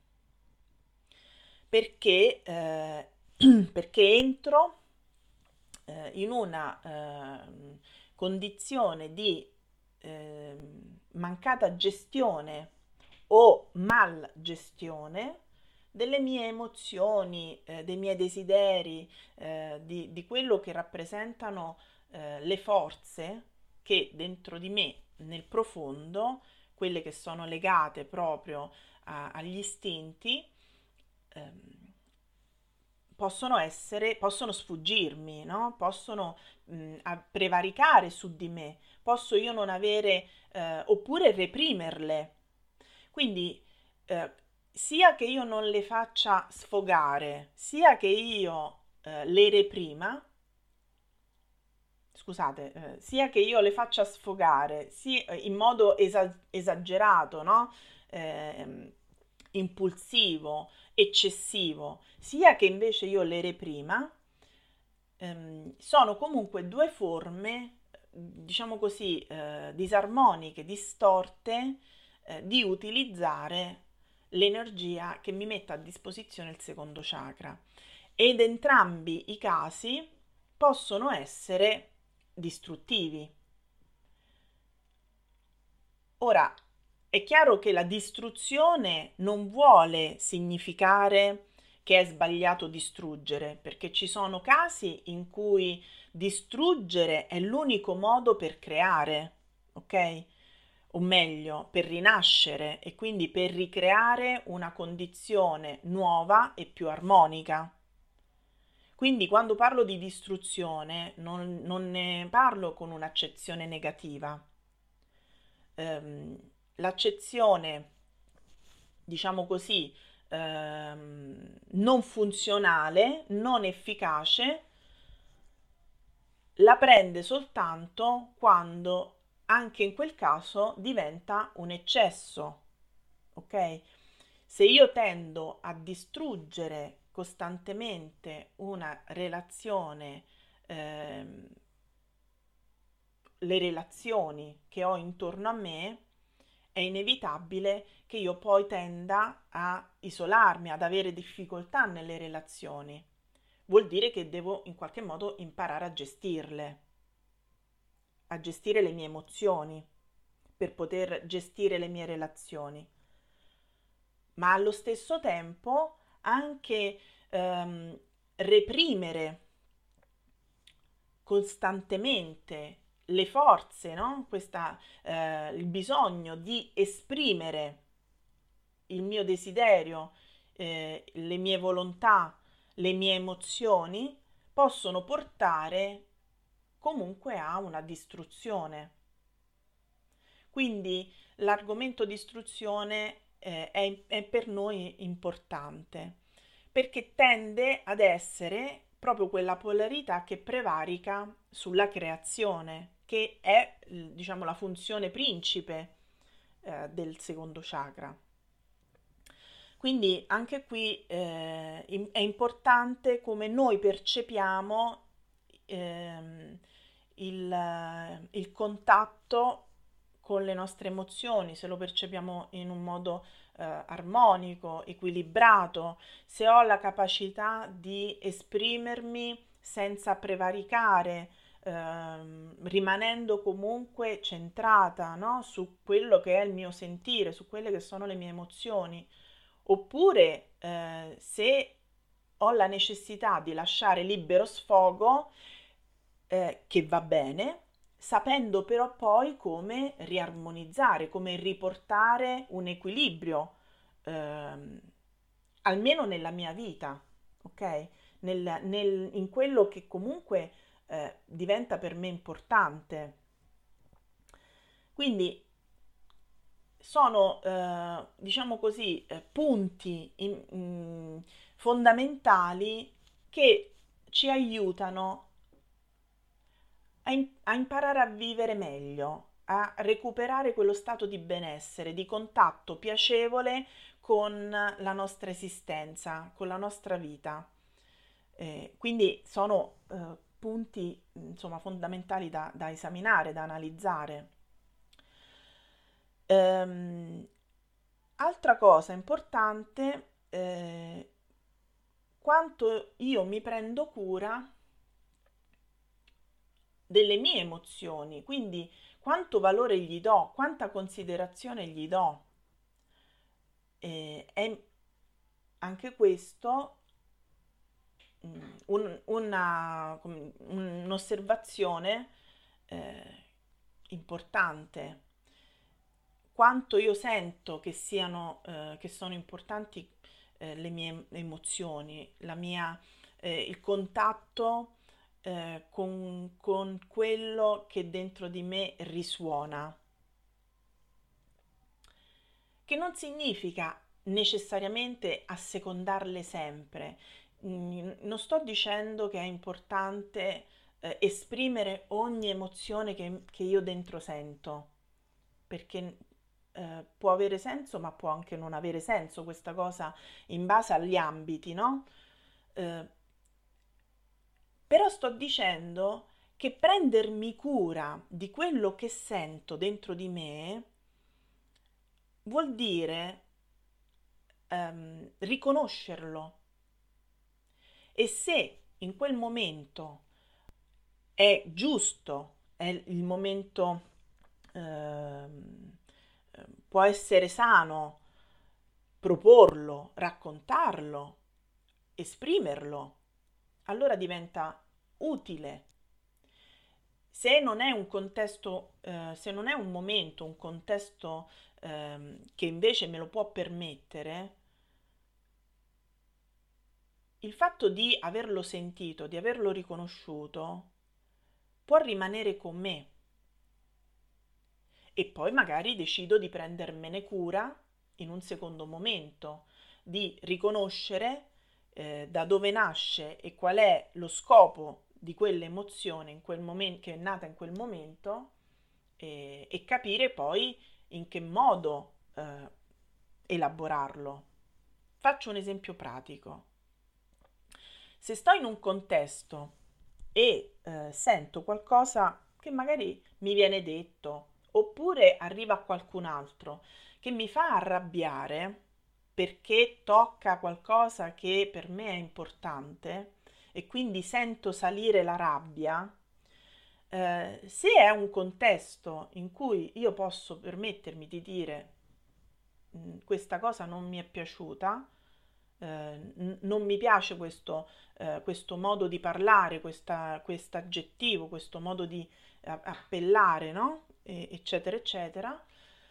perché, eh, perché entro eh, in una ehm, condizione di ehm, mancata gestione o mal gestione delle mie emozioni, eh, dei miei desideri, eh, di, di quello che rappresentano eh, le forze che dentro di me, nel profondo, quelle che sono legate proprio a- agli istinti, ehm, possono essere, possono sfuggirmi, no? Possono mh, a- prevaricare su di me, posso io non avere, eh, oppure reprimerle. Quindi, eh, sia che io non le faccia sfogare, sia che io eh, le reprima, scusate, eh, sia che io le faccia sfogare, sì, eh, in modo esa- esagerato, no? Ehm, impulsivo, eccessivo, sia che invece io le reprima, ehm, sono comunque due forme, diciamo così, eh, disarmoniche, distorte, eh, di utilizzare l'energia che mi mette a disposizione il secondo chakra. Ed entrambi i casi possono essere distruttivi. Ora, è chiaro che la distruzione non vuole significare che è sbagliato distruggere, perché ci sono casi in cui distruggere è l'unico modo per creare, ok? O meglio, per rinascere e quindi per ricreare una condizione nuova e più armonica. Quindi quando parlo di distruzione non, non ne parlo con un'accezione negativa. Ehm, L'accezione, diciamo così, ehm, non funzionale, non efficace, la prende soltanto quando anche in quel caso diventa un eccesso, ok? Se io tendo a distruggere costantemente una relazione, ehm, le relazioni che ho intorno a me, è inevitabile che io poi tenda a isolarmi, ad avere difficoltà nelle relazioni. Vuol dire che devo in qualche modo imparare a gestirle, a gestire le mie emozioni per poter gestire le mie relazioni. Ma allo stesso tempo anche ehm, reprimere costantemente le forze, no? Questa, eh, il bisogno di esprimere il mio desiderio, eh, le mie volontà, le mie emozioni possono portare comunque a una distruzione. Quindi l'argomento di istruzione eh, è, è per noi importante perché tende ad essere proprio quella polarità che prevarica sulla creazione, che è, diciamo, la funzione principe eh, del secondo chakra. Quindi anche qui eh, è importante come noi percepiamo ehm, il, il contatto con le nostre emozioni, se lo percepiamo in un modo eh, armonico, equilibrato, se ho la capacità di esprimermi senza prevaricare, ehm, rimanendo comunque centrata, no? Su quello che è il mio sentire, su quelle che sono le mie emozioni. Oppure eh, se ho la necessità di lasciare libero sfogo, eh, che va bene, sapendo però poi come riarmonizzare, come riportare un equilibrio, ehm, almeno nella mia vita, ok? Nel, nel- in quello che comunque eh, diventa per me importante. Quindi sono, eh, diciamo così, eh, punti in- mm, fondamentali che ci aiutano a, im- a imparare a vivere meglio, a recuperare quello stato di benessere, di contatto piacevole con la nostra esistenza, con la nostra vita. Eh, quindi sono eh, punti, insomma, fondamentali da, da esaminare, da analizzare. Ehm, Altra cosa importante, eh, quanto io mi prendo cura delle mie emozioni, quindi quanto valore gli do, quanta considerazione gli do. Eh, è anche questo mm, un- una- com- un'osservazione eh, importante. Quanto io sento che siano, eh, che sono importanti eh, le mie emozioni, la mia, eh, il contatto eh, con, con quello che dentro di me risuona, che non significa necessariamente assecondarle sempre. Mm, Non sto dicendo che è importante eh, esprimere ogni emozione che, che io dentro sento, perché eh, può avere senso, ma può anche non avere senso questa cosa in base agli ambiti, no? Eh, Però sto dicendo che prendermi cura di quello che sento dentro di me vuol dire ehm, riconoscerlo. E se in quel momento è giusto, è il momento, ehm, eh, può essere sano proporlo, raccontarlo, esprimerlo, allora diventa utile. Se non è un contesto, eh, se non è un momento, un contesto ehm, che invece me lo può permettere, il fatto di averlo sentito, di averlo riconosciuto, può rimanere con me e poi magari decido di prendermene cura in un secondo momento, di riconoscere eh, da dove nasce e qual è lo scopo di quell'emozione in quel momento, che è nata in quel momento e, e capire poi in che modo eh, elaborarlo. Faccio un esempio pratico. Se sto in un contesto e eh, sento qualcosa che magari mi viene detto, oppure arriva qualcun altro che mi fa arrabbiare perché tocca qualcosa che per me è importante e quindi sento salire la rabbia, eh, se è un contesto in cui io posso permettermi di dire "Mm, questa cosa non mi è piaciuta, eh, n- non mi piace questo, eh, questo modo di parlare, questa, questo aggettivo, questo modo di eh, appellare, no? E- eccetera, eccetera.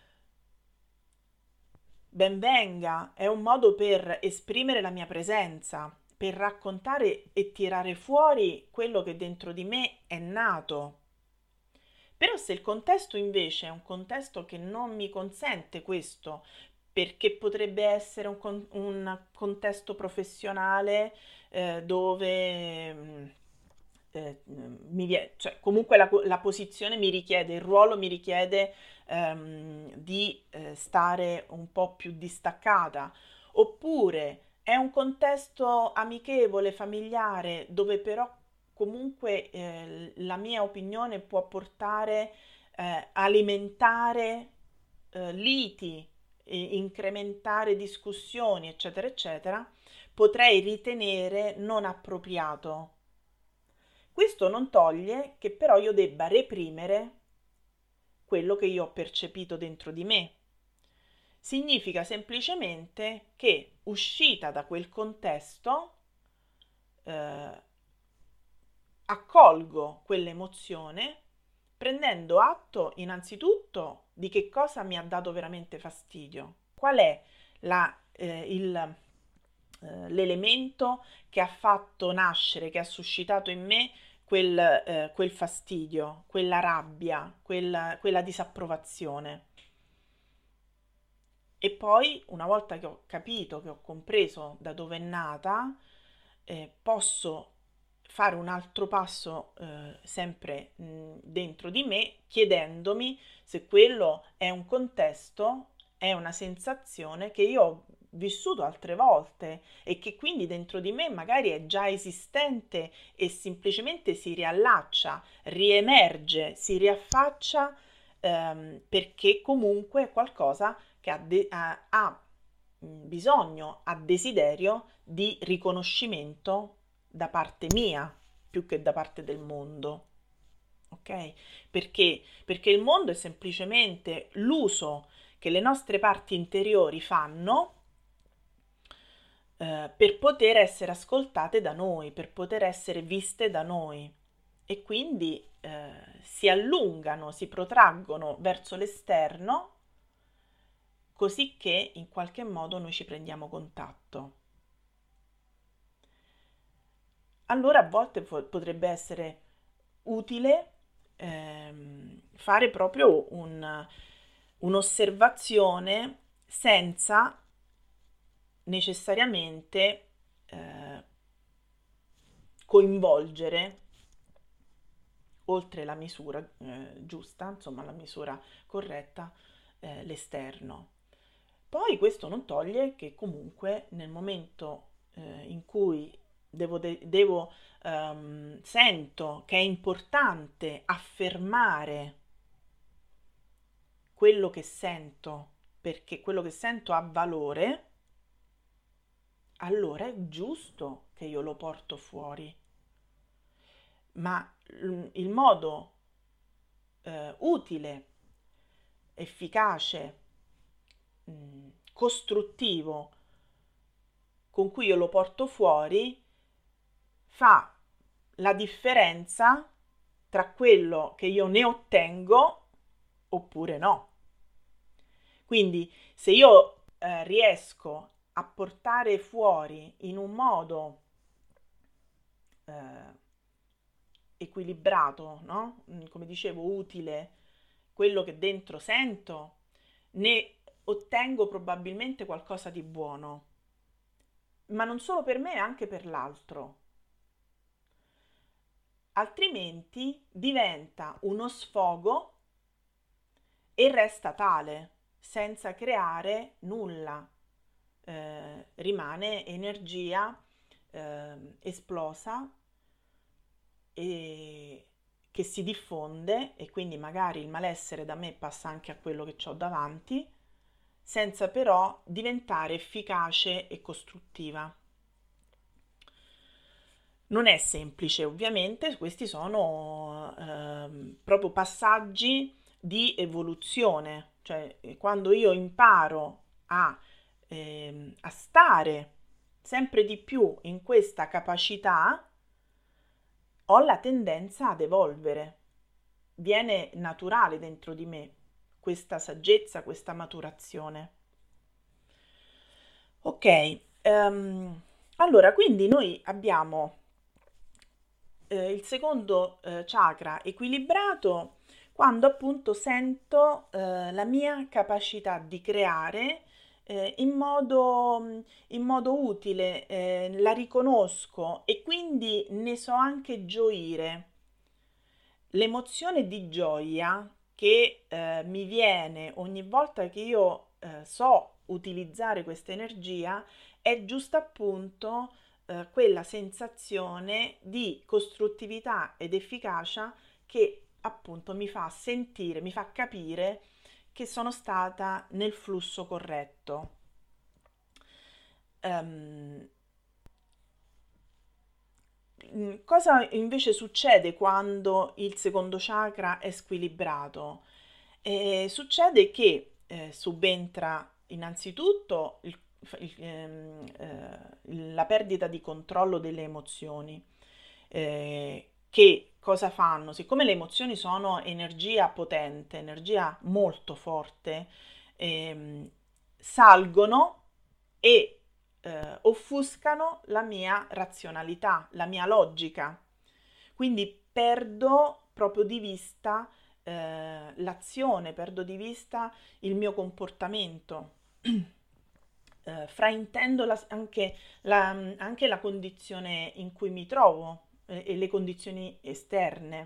Ben venga, è un modo per esprimere la mia presenza, per raccontare e tirare fuori quello che dentro di me è nato. Però se il contesto invece è un contesto che non mi consente questo, perché potrebbe essere un, con- un contesto professionale eh, dove mm, eh, mi vie- cioè, comunque la, la posizione mi richiede, il ruolo mi richiede ehm, di eh, stare un po' più distaccata, oppure è un contesto amichevole, familiare, dove però comunque eh, la mia opinione può portare eh, alimentare eh, liti, e incrementare discussioni, eccetera, eccetera, potrei ritenere non appropriato. Questo non toglie che però io debba reprimere quello che io ho percepito dentro di me. Significa semplicemente che uscita da quel contesto eh, accolgo quell'emozione prendendo atto innanzitutto di che cosa mi ha dato veramente fastidio, qual è la, eh, il, eh, l'elemento che ha fatto nascere, che ha suscitato in me quel, eh, quel fastidio, quella rabbia, quella, quella disapprovazione. E poi, una volta che ho capito, che ho compreso da dove è nata, eh, posso fare un altro passo eh, sempre mh, dentro di me, chiedendomi se quello è un contesto, è una sensazione che io ho vissuto altre volte e che quindi dentro di me magari è già esistente e semplicemente si riallaccia, riemerge, si riaffaccia ehm, perché comunque è qualcosa che ha, de- ha- ha, mh, bisogno, ha desiderio di riconoscimento da parte mia più che da parte del mondo. Ok? Perché? Perché il mondo è semplicemente l'uso che le nostre parti interiori fanno eh, per poter essere ascoltate da noi, per poter essere viste da noi e quindi eh, si allungano, si protraggono verso l'esterno così che in qualche modo noi ci prendiamo contatto. allora a volte po- potrebbe essere utile ehm, fare proprio un- un'osservazione senza necessariamente eh, coinvolgere oltre la misura eh, giusta, insomma la misura corretta, eh, l'esterno. Poi questo non toglie che comunque nel momento eh, in cui devo, de- devo ehm, sento che è importante affermare quello che sento, perché quello che sento ha valore, allora è giusto che io lo porto fuori. Ma mm, il modo eh, utile, efficace, mm, costruttivo con cui io lo porto fuori fa la differenza tra quello che io ne ottengo oppure no. Quindi se io eh, riesco a portare fuori in un modo eh, equilibrato, no? Mm, come dicevo, utile, quello che dentro sento, ne ottengo probabilmente qualcosa di buono, ma non solo per me, anche per l'altro. Altrimenti diventa uno sfogo e resta tale, senza creare nulla. Eh, rimane energia eh, esplosa e che si diffonde e quindi magari il malessere da me passa anche a quello che ho davanti, senza però diventare efficace e costruttiva. Non è semplice, ovviamente, questi sono ehm, proprio passaggi di evoluzione, cioè eh, quando io imparo a, ehm, a stare sempre di più in questa capacità, ho la tendenza ad evolvere, viene naturale dentro di me questa saggezza, questa maturazione. Ok, ehm, allora quindi noi abbiamo eh, il secondo eh, chakra equilibrato quando appunto sento eh, la mia capacità di creare eh, in modo, in modo utile, eh, la riconosco e quindi ne so anche gioire. L'emozione di gioia che eh, mi viene ogni volta che io eh, so utilizzare questa energia è giusto appunto eh, quella sensazione di costruttività ed efficacia che appunto mi fa sentire, mi fa capire che sono stata nel flusso corretto. Um, Cosa invece succede quando il secondo chakra è squilibrato? Eh, succede che eh, subentra innanzitutto il- il- ehm, eh, la perdita di controllo delle emozioni. Eh, che cosa fanno? Siccome le emozioni sono energia potente, energia molto forte, ehm, salgono e eh, offuscano la mia razionalità, la mia logica. Quindi perdo proprio di vista eh, l'azione, perdo di vista il mio comportamento. Eh, fraintendo la- anche, la, anche la condizione in cui mi trovo eh, e le condizioni esterne.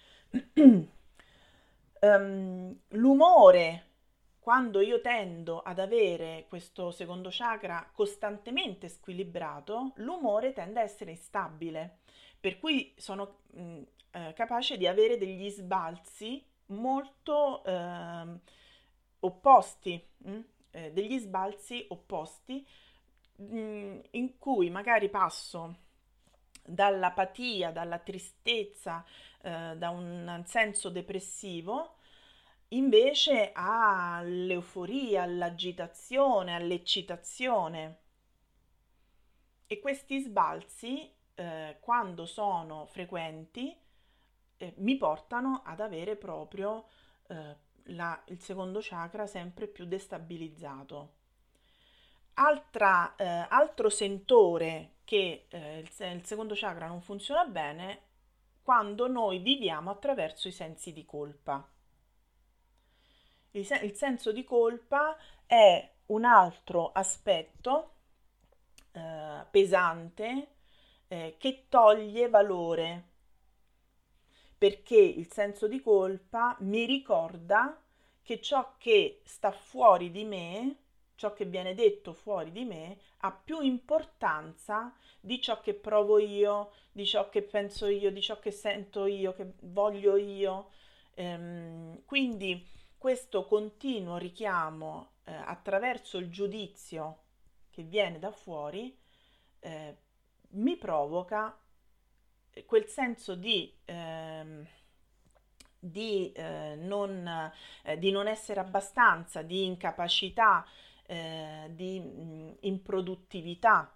Ehm, l'umore, quando io tendo ad avere questo secondo chakra costantemente squilibrato, l'umore tende a essere instabile, per cui sono mh, eh, capace di avere degli sbalzi molto ehm, opposti, mh? Eh, degli sbalzi opposti mh, in cui magari passo dall'apatia, dalla tristezza, eh, da un senso depressivo, invece all'euforia, all'agitazione, all'eccitazione. E questi sbalzi, eh, quando sono frequenti, eh, mi portano ad avere proprio eh, la- il secondo chakra sempre più destabilizzato. Altra, eh, altro sentore che eh, il, se- il secondo chakra non funziona bene quando noi viviamo attraverso i sensi di colpa. Il, se- il senso di colpa è un altro aspetto eh, pesante eh, che toglie valore, perché il senso di colpa mi ricorda che ciò che sta fuori di me, ciò che viene detto fuori di me, ha più importanza di ciò che provo io, di ciò che penso io, di ciò che sento io, che voglio io. Ehm, quindi questo continuo richiamo eh, attraverso il giudizio che viene da fuori eh, mi provoca quel senso di, ehm, di, eh, non, eh, di non essere abbastanza, di incapacità, eh, di mh, improduttività,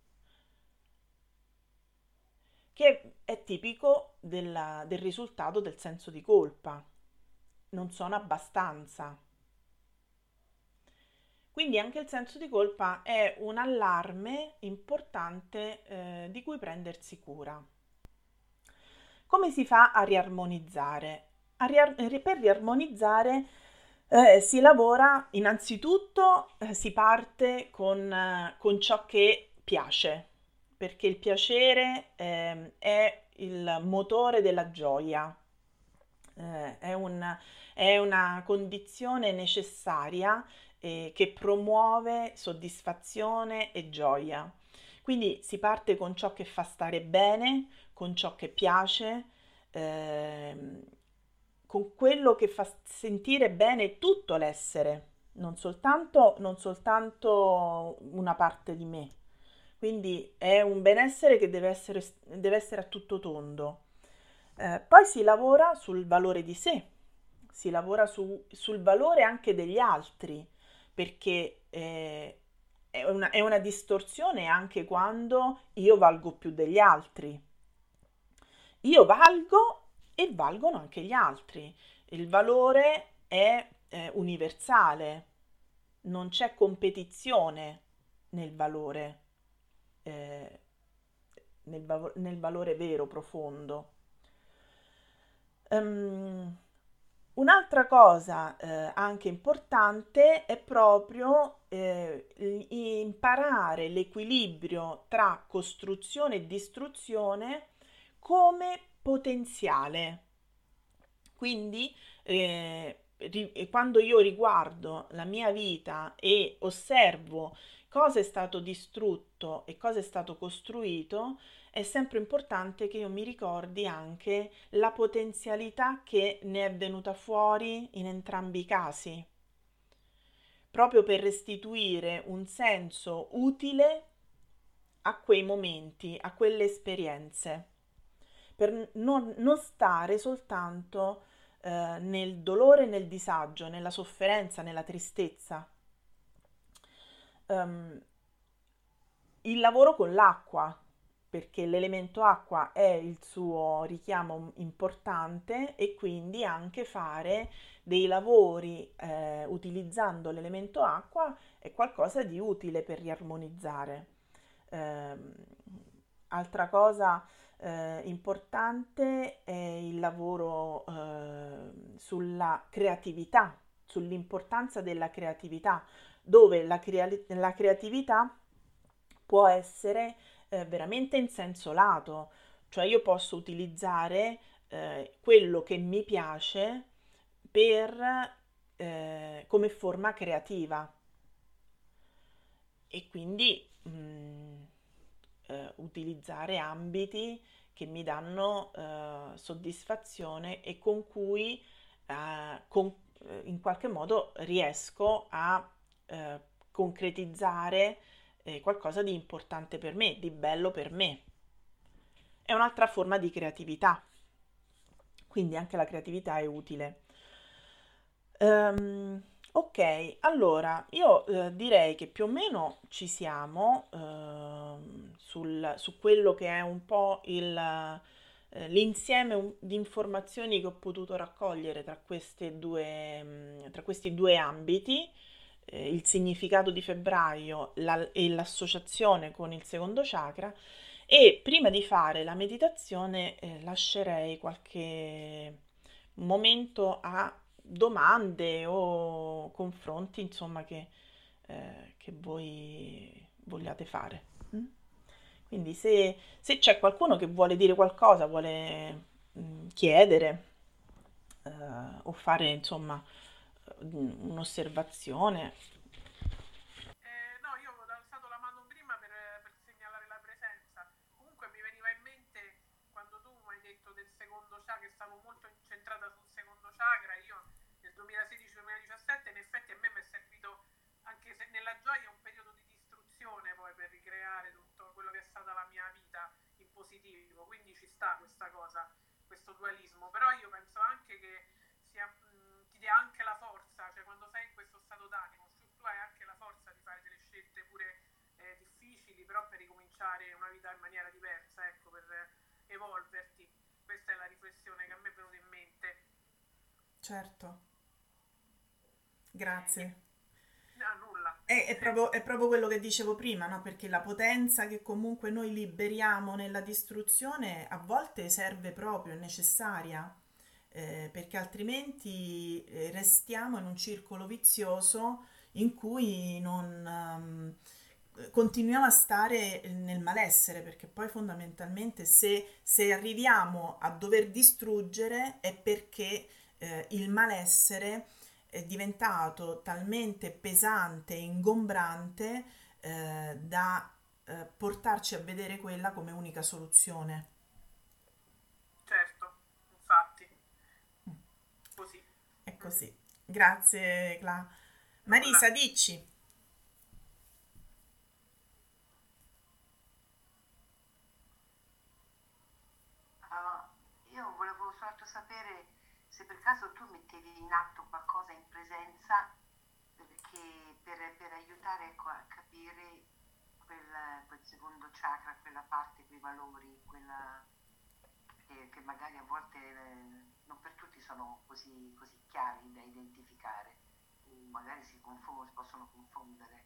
che è tipico della- del risultato del senso di colpa. Non sono abbastanza. Quindi anche il senso di colpa è un allarme importante eh, di cui prendersi cura. Come si fa a riarmonizzare? A riar- per riarmonizzare eh, si lavora innanzitutto, eh, si parte con, eh, con ciò che piace, perché il piacere ehm, è il motore della gioia, eh, è un- è una condizione necessaria eh, che promuove soddisfazione e gioia. Quindi si parte con ciò che fa stare bene, con ciò che piace, ehm, con quello che fa sentire bene tutto l'essere, non soltanto, non soltanto una parte di me. Quindi è un benessere che deve essere, deve essere a tutto tondo. Eh, poi si lavora sul valore di sé, si lavora su- sul valore anche degli altri, perché eh, è una, è una distorsione anche quando io valgo più degli altri. Io valgo e valgono anche gli altri. Il valore è eh, universale, non c'è competizione nel valore, eh, nel, va- nel valore vero, profondo. Ehm, Un'altra cosa eh, anche importante è proprio eh, l- imparare l'equilibrio tra costruzione e distruzione come potenziale. Quindi, eh, ri- e quando io riguardo la mia vita e osservo cosa è stato distrutto e cosa è stato costruito, è sempre importante che io mi ricordi anche la potenzialità che ne è venuta fuori in entrambi i casi, proprio per restituire un senso utile a quei momenti, a quelle esperienze, per non, non stare soltanto eh, nel dolore, nel disagio, nella sofferenza, nella tristezza. Um, il lavoro con l'acqua, perché l'elemento acqua è il suo richiamo importante e quindi anche fare dei lavori eh, utilizzando l'elemento acqua è qualcosa di utile per riarmonizzare. Ehm, Altra cosa eh, importante è il lavoro eh, sulla creatività, sull'importanza della creatività, dove la, crea- la creatività può essere eh, veramente in senso lato, cioè io posso utilizzare eh, quello che mi piace per, eh, come forma creativa e quindi mh, eh, utilizzare ambiti che mi danno eh, soddisfazione e con cui eh, con- eh, in qualche modo riesco a eh, concretizzare eh, qualcosa di importante per me, di bello per me. È un'altra forma di creatività, quindi anche la creatività è utile. Ehm, ok, allora io eh, direi che più o meno ci siamo ehm, sul- su quello che è un po' il, eh, l'insieme un- di informazioni che ho potuto raccogliere tra queste due, mm, tra questi due ambiti. eh, il significato di febbraio la- e l'associazione con il secondo chakra e prima di fare la meditazione eh, lascerei qualche momento a domande o confronti, insomma, che, eh, che voi vogliate fare. Mm? Quindi se, se c'è qualcuno che vuole dire qualcosa, vuole mm, chiedere eh, o fare, insomma, mm, un'osservazione. Eh, no, io avevo alzato la mano prima per, per segnalare la presenza. Comunque mi veniva in mente quando tu mi hai detto del secondo chakra, che stavo molto incentrata sul secondo chakra, io nel duemilasedici-duemiladiciassette in effetti a me mi è servito, anche se nella gioia, un periodo di distruzione poi per ricreare tutto quello che è stata la mia vita in positivo, quindi ci sta questa cosa, questo dualismo, però io penso anche che sia, mh, ti dia anche la forza, cioè quando sei in questo stato d'animo, tu hai anche la forza di fare delle scelte pure eh, difficili, però per ricominciare una vita in maniera diversa, ecco, per eh, evolverti. Questa è la riflessione che a me è venuta in mente. Certo, Eh, grazie. niente, no, nulla. È, è proprio, è proprio quello che dicevo prima, no? Perché la potenza che comunque noi liberiamo nella distruzione a volte serve proprio, è necessaria, eh, perché altrimenti eh, restiamo in un circolo vizioso in cui non, ehm, continuiamo a stare nel malessere, perché poi fondamentalmente se, se arriviamo a dover distruggere è perché eh, il malessere è diventato talmente pesante e ingombrante eh, da eh, portarci a vedere quella come unica soluzione. Certo, infatti, così. È Mm. così. Grazie, Cla. Nulla. Marisa, dici. Ah, io volevo soltanto sapere se per caso tu mettevi in atto qualcosa in presenza perché per, per aiutare ecco, a capire quel, quel secondo chakra, quella parte, quei valori, quella che, che magari a volte eh, non per tutti sono così, così chiari da identificare, magari si confondono, si possono confondere.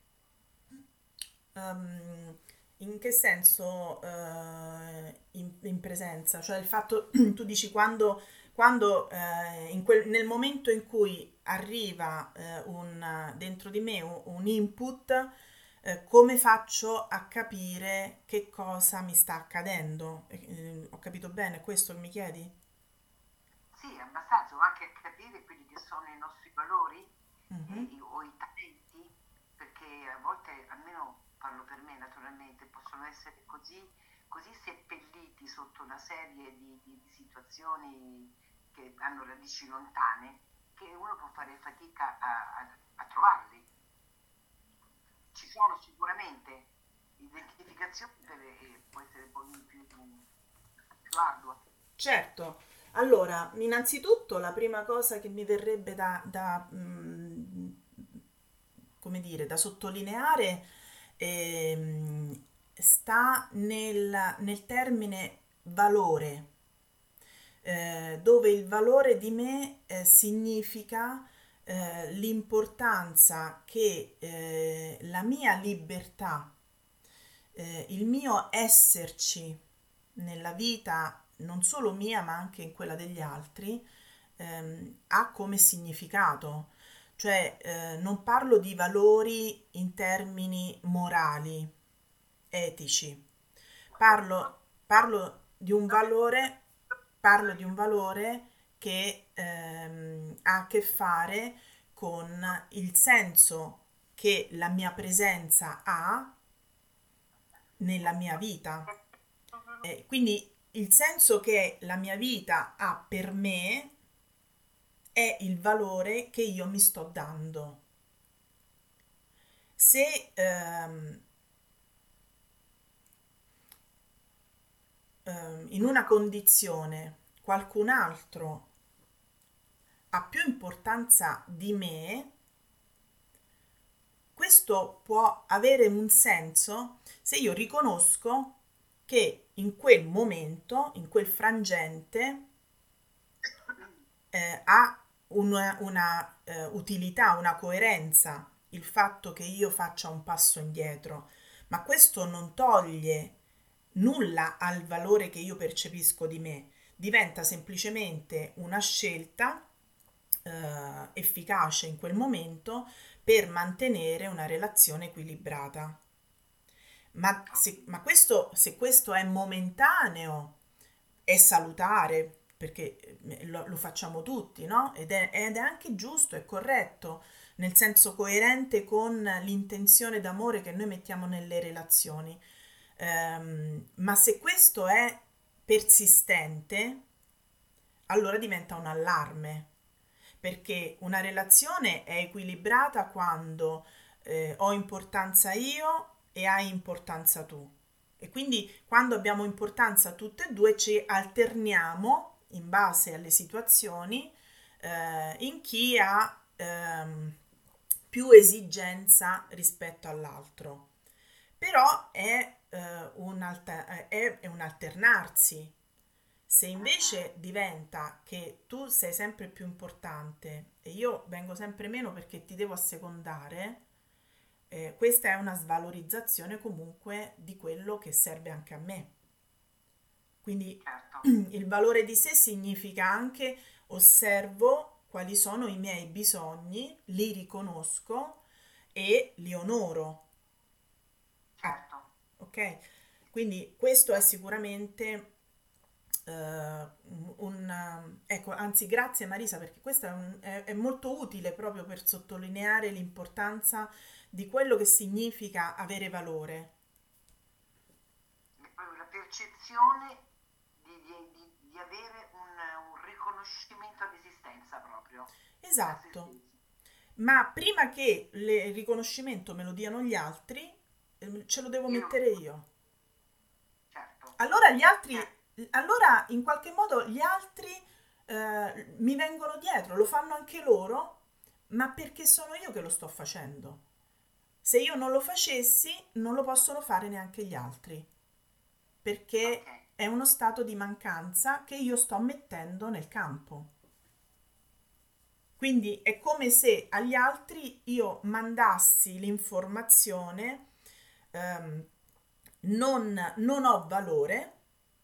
Ehm, in che senso eh, in, in presenza? Cioè il fatto, tu dici quando, quando eh, in quel- nel momento in cui arriva eh, un, dentro di me un, un input, eh, come faccio a capire che cosa mi sta accadendo? Eh, eh, ho capito bene, è questo che mi chiedi? Sì, abbastanza, o anche a capire quelli che sono i nostri valori Mhm. e- o i talenti, perché a volte, almeno parlo per me naturalmente, possono essere così, così seppelliti sotto una serie di, di- di situazioni che hanno radici lontane, che uno può fare fatica a, a- a trovarli. Ci sono sicuramente identificazioni, per, eh, può essere poi più, più ardua. Certo, allora, innanzitutto la prima cosa che mi verrebbe da, da, mm, come dire, da sottolineare ehm, sta nel, nel termine valore, eh, dove il valore di me eh, significa eh, l'importanza che eh, la mia libertà, eh, il mio esserci nella vita, non solo mia, ma anche in quella degli altri, ehm, ha come significato. Cioè, eh, non parlo di valori in termini morali, etici, parlo, parlo di un valore, parlo di un valore che ehm, ha a che fare con il senso che la mia presenza ha nella mia vita. Eh, quindi il senso che la mia vita ha per me è il valore che io mi sto dando. Se ehm, ehm, in una condizione qualcun altro ha più importanza di me, questo può avere un senso se io riconosco che in quel momento, in quel frangente, eh, ha una, una, eh, utilità, una coerenza il fatto che io faccia un passo indietro, ma questo non toglie nulla al valore che io percepisco di me, diventa semplicemente una scelta eh, efficace in quel momento per mantenere una relazione equilibrata. Ma, se, ma questo, se questo è momentaneo, è salutare, perché eh, lo, lo facciamo tutti, no? Ed è, ed è anche giusto, è corretto, nel senso coerente con l'intenzione d'amore che noi mettiamo nelle relazioni. Ehm, ma se questo è persistente, allora diventa un allarme, perché una relazione è equilibrata quando eh, ho importanza io e hai importanza tu. E quindi quando abbiamo importanza tutte e due ci alterniamo in base alle situazioni eh, in chi ha ehm, più esigenza rispetto all'altro. Però è, eh, un alter- è, è un alternarsi. Se invece diventa che tu sei sempre più importante e io vengo sempre meno perché ti devo assecondare, eh, questa è una svalorizzazione comunque di quello che serve anche a me. Quindi Certo, il valore di sé significa anche osservo quali sono i miei bisogni, li riconosco e li onoro. Ah, certo. ok? Quindi questo è sicuramente eh, un, un- ecco, anzi, grazie Marisa, perché questo è, un- è- è molto utile proprio per sottolineare l'importanza di quello che significa avere valore. È proprio la percezione di, di- di- di avere un, un riconoscimento all'esistenza proprio da se Esatto. stessi. Ma prima che le- il riconoscimento me lo diano gli altri, eh, ce lo devo Io lo mettere io. certo, Allora gli altri, certo, allora in qualche modo gli altri eh, mi vengono dietro, lo fanno anche loro, ma perché sono io che lo sto facendo. Se io non lo facessi, non lo possono fare neanche gli altri, ok, perché è uno stato di mancanza che io sto mettendo nel campo. Quindi è come se agli altri io mandassi l'informazione, ehm, non, non ho valore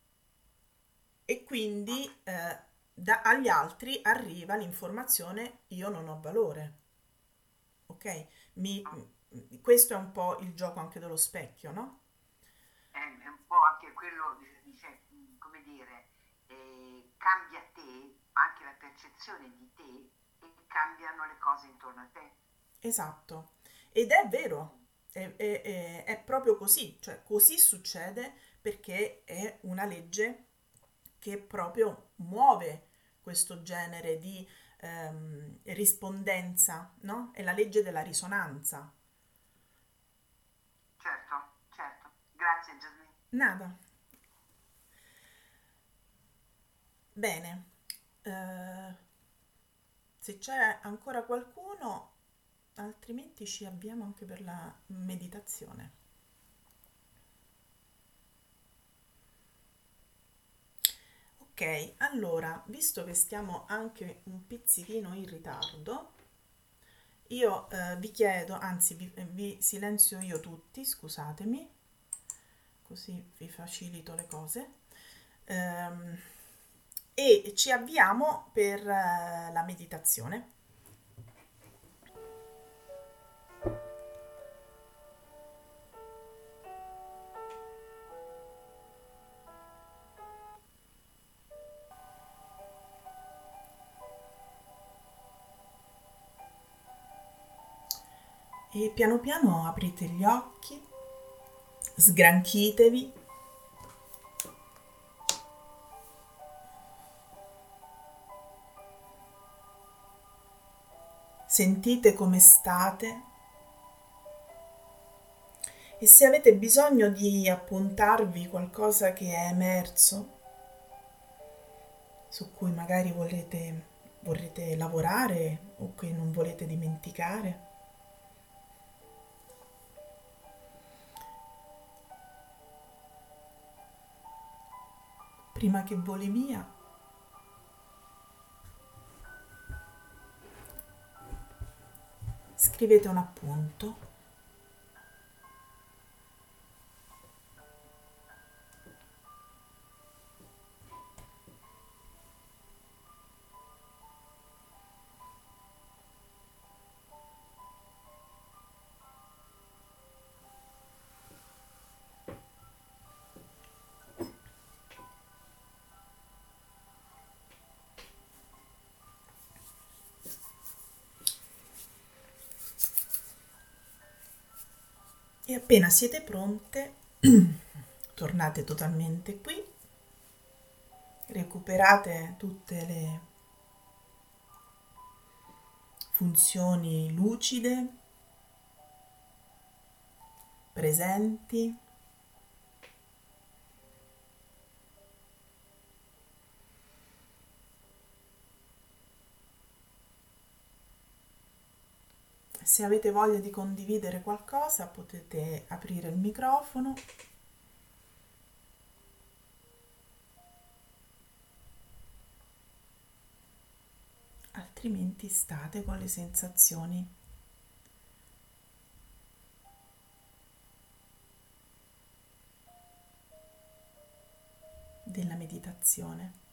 e ok, quindi eh, da- agli altri arriva l'informazione io non ho valore. Ok? Mi- questo è un po' il gioco anche dello specchio, no? è, è un po' anche quello, dice, mh, come dire, eh, cambia te, anche la percezione di te e cambiano le cose intorno a te. Esatto. Ed è vero, è, è- è- è proprio così, cioè così succede perché è una legge che proprio muove questo genere di ehm, rispondenza, no? È la legge della risonanza. Certo, certo. Grazie Jasmine. Nada. Bene. Eh, se c'è ancora qualcuno, altrimenti ci avviamo anche per la meditazione. Ok, allora, visto che stiamo anche un pizzichino in ritardo, io eh, vi chiedo, anzi vi, vi silenzio io tutti, scusatemi, così vi facilito le cose. Ehm, e ci avviamo per eh, la meditazione. E piano piano aprite gli occhi, sgranchitevi, sentite come state e se avete bisogno di appuntarvi qualcosa che è emerso, su cui magari volete, vorrete lavorare o che non volete dimenticare, prima che voli via, scrivete un appunto. E appena siete pronte, tornate totalmente qui, recuperate tutte le funzioni lucide, presenti. Se avete voglia di condividere qualcosa, potete aprire il microfono. Altrimenti state con le sensazioni della meditazione.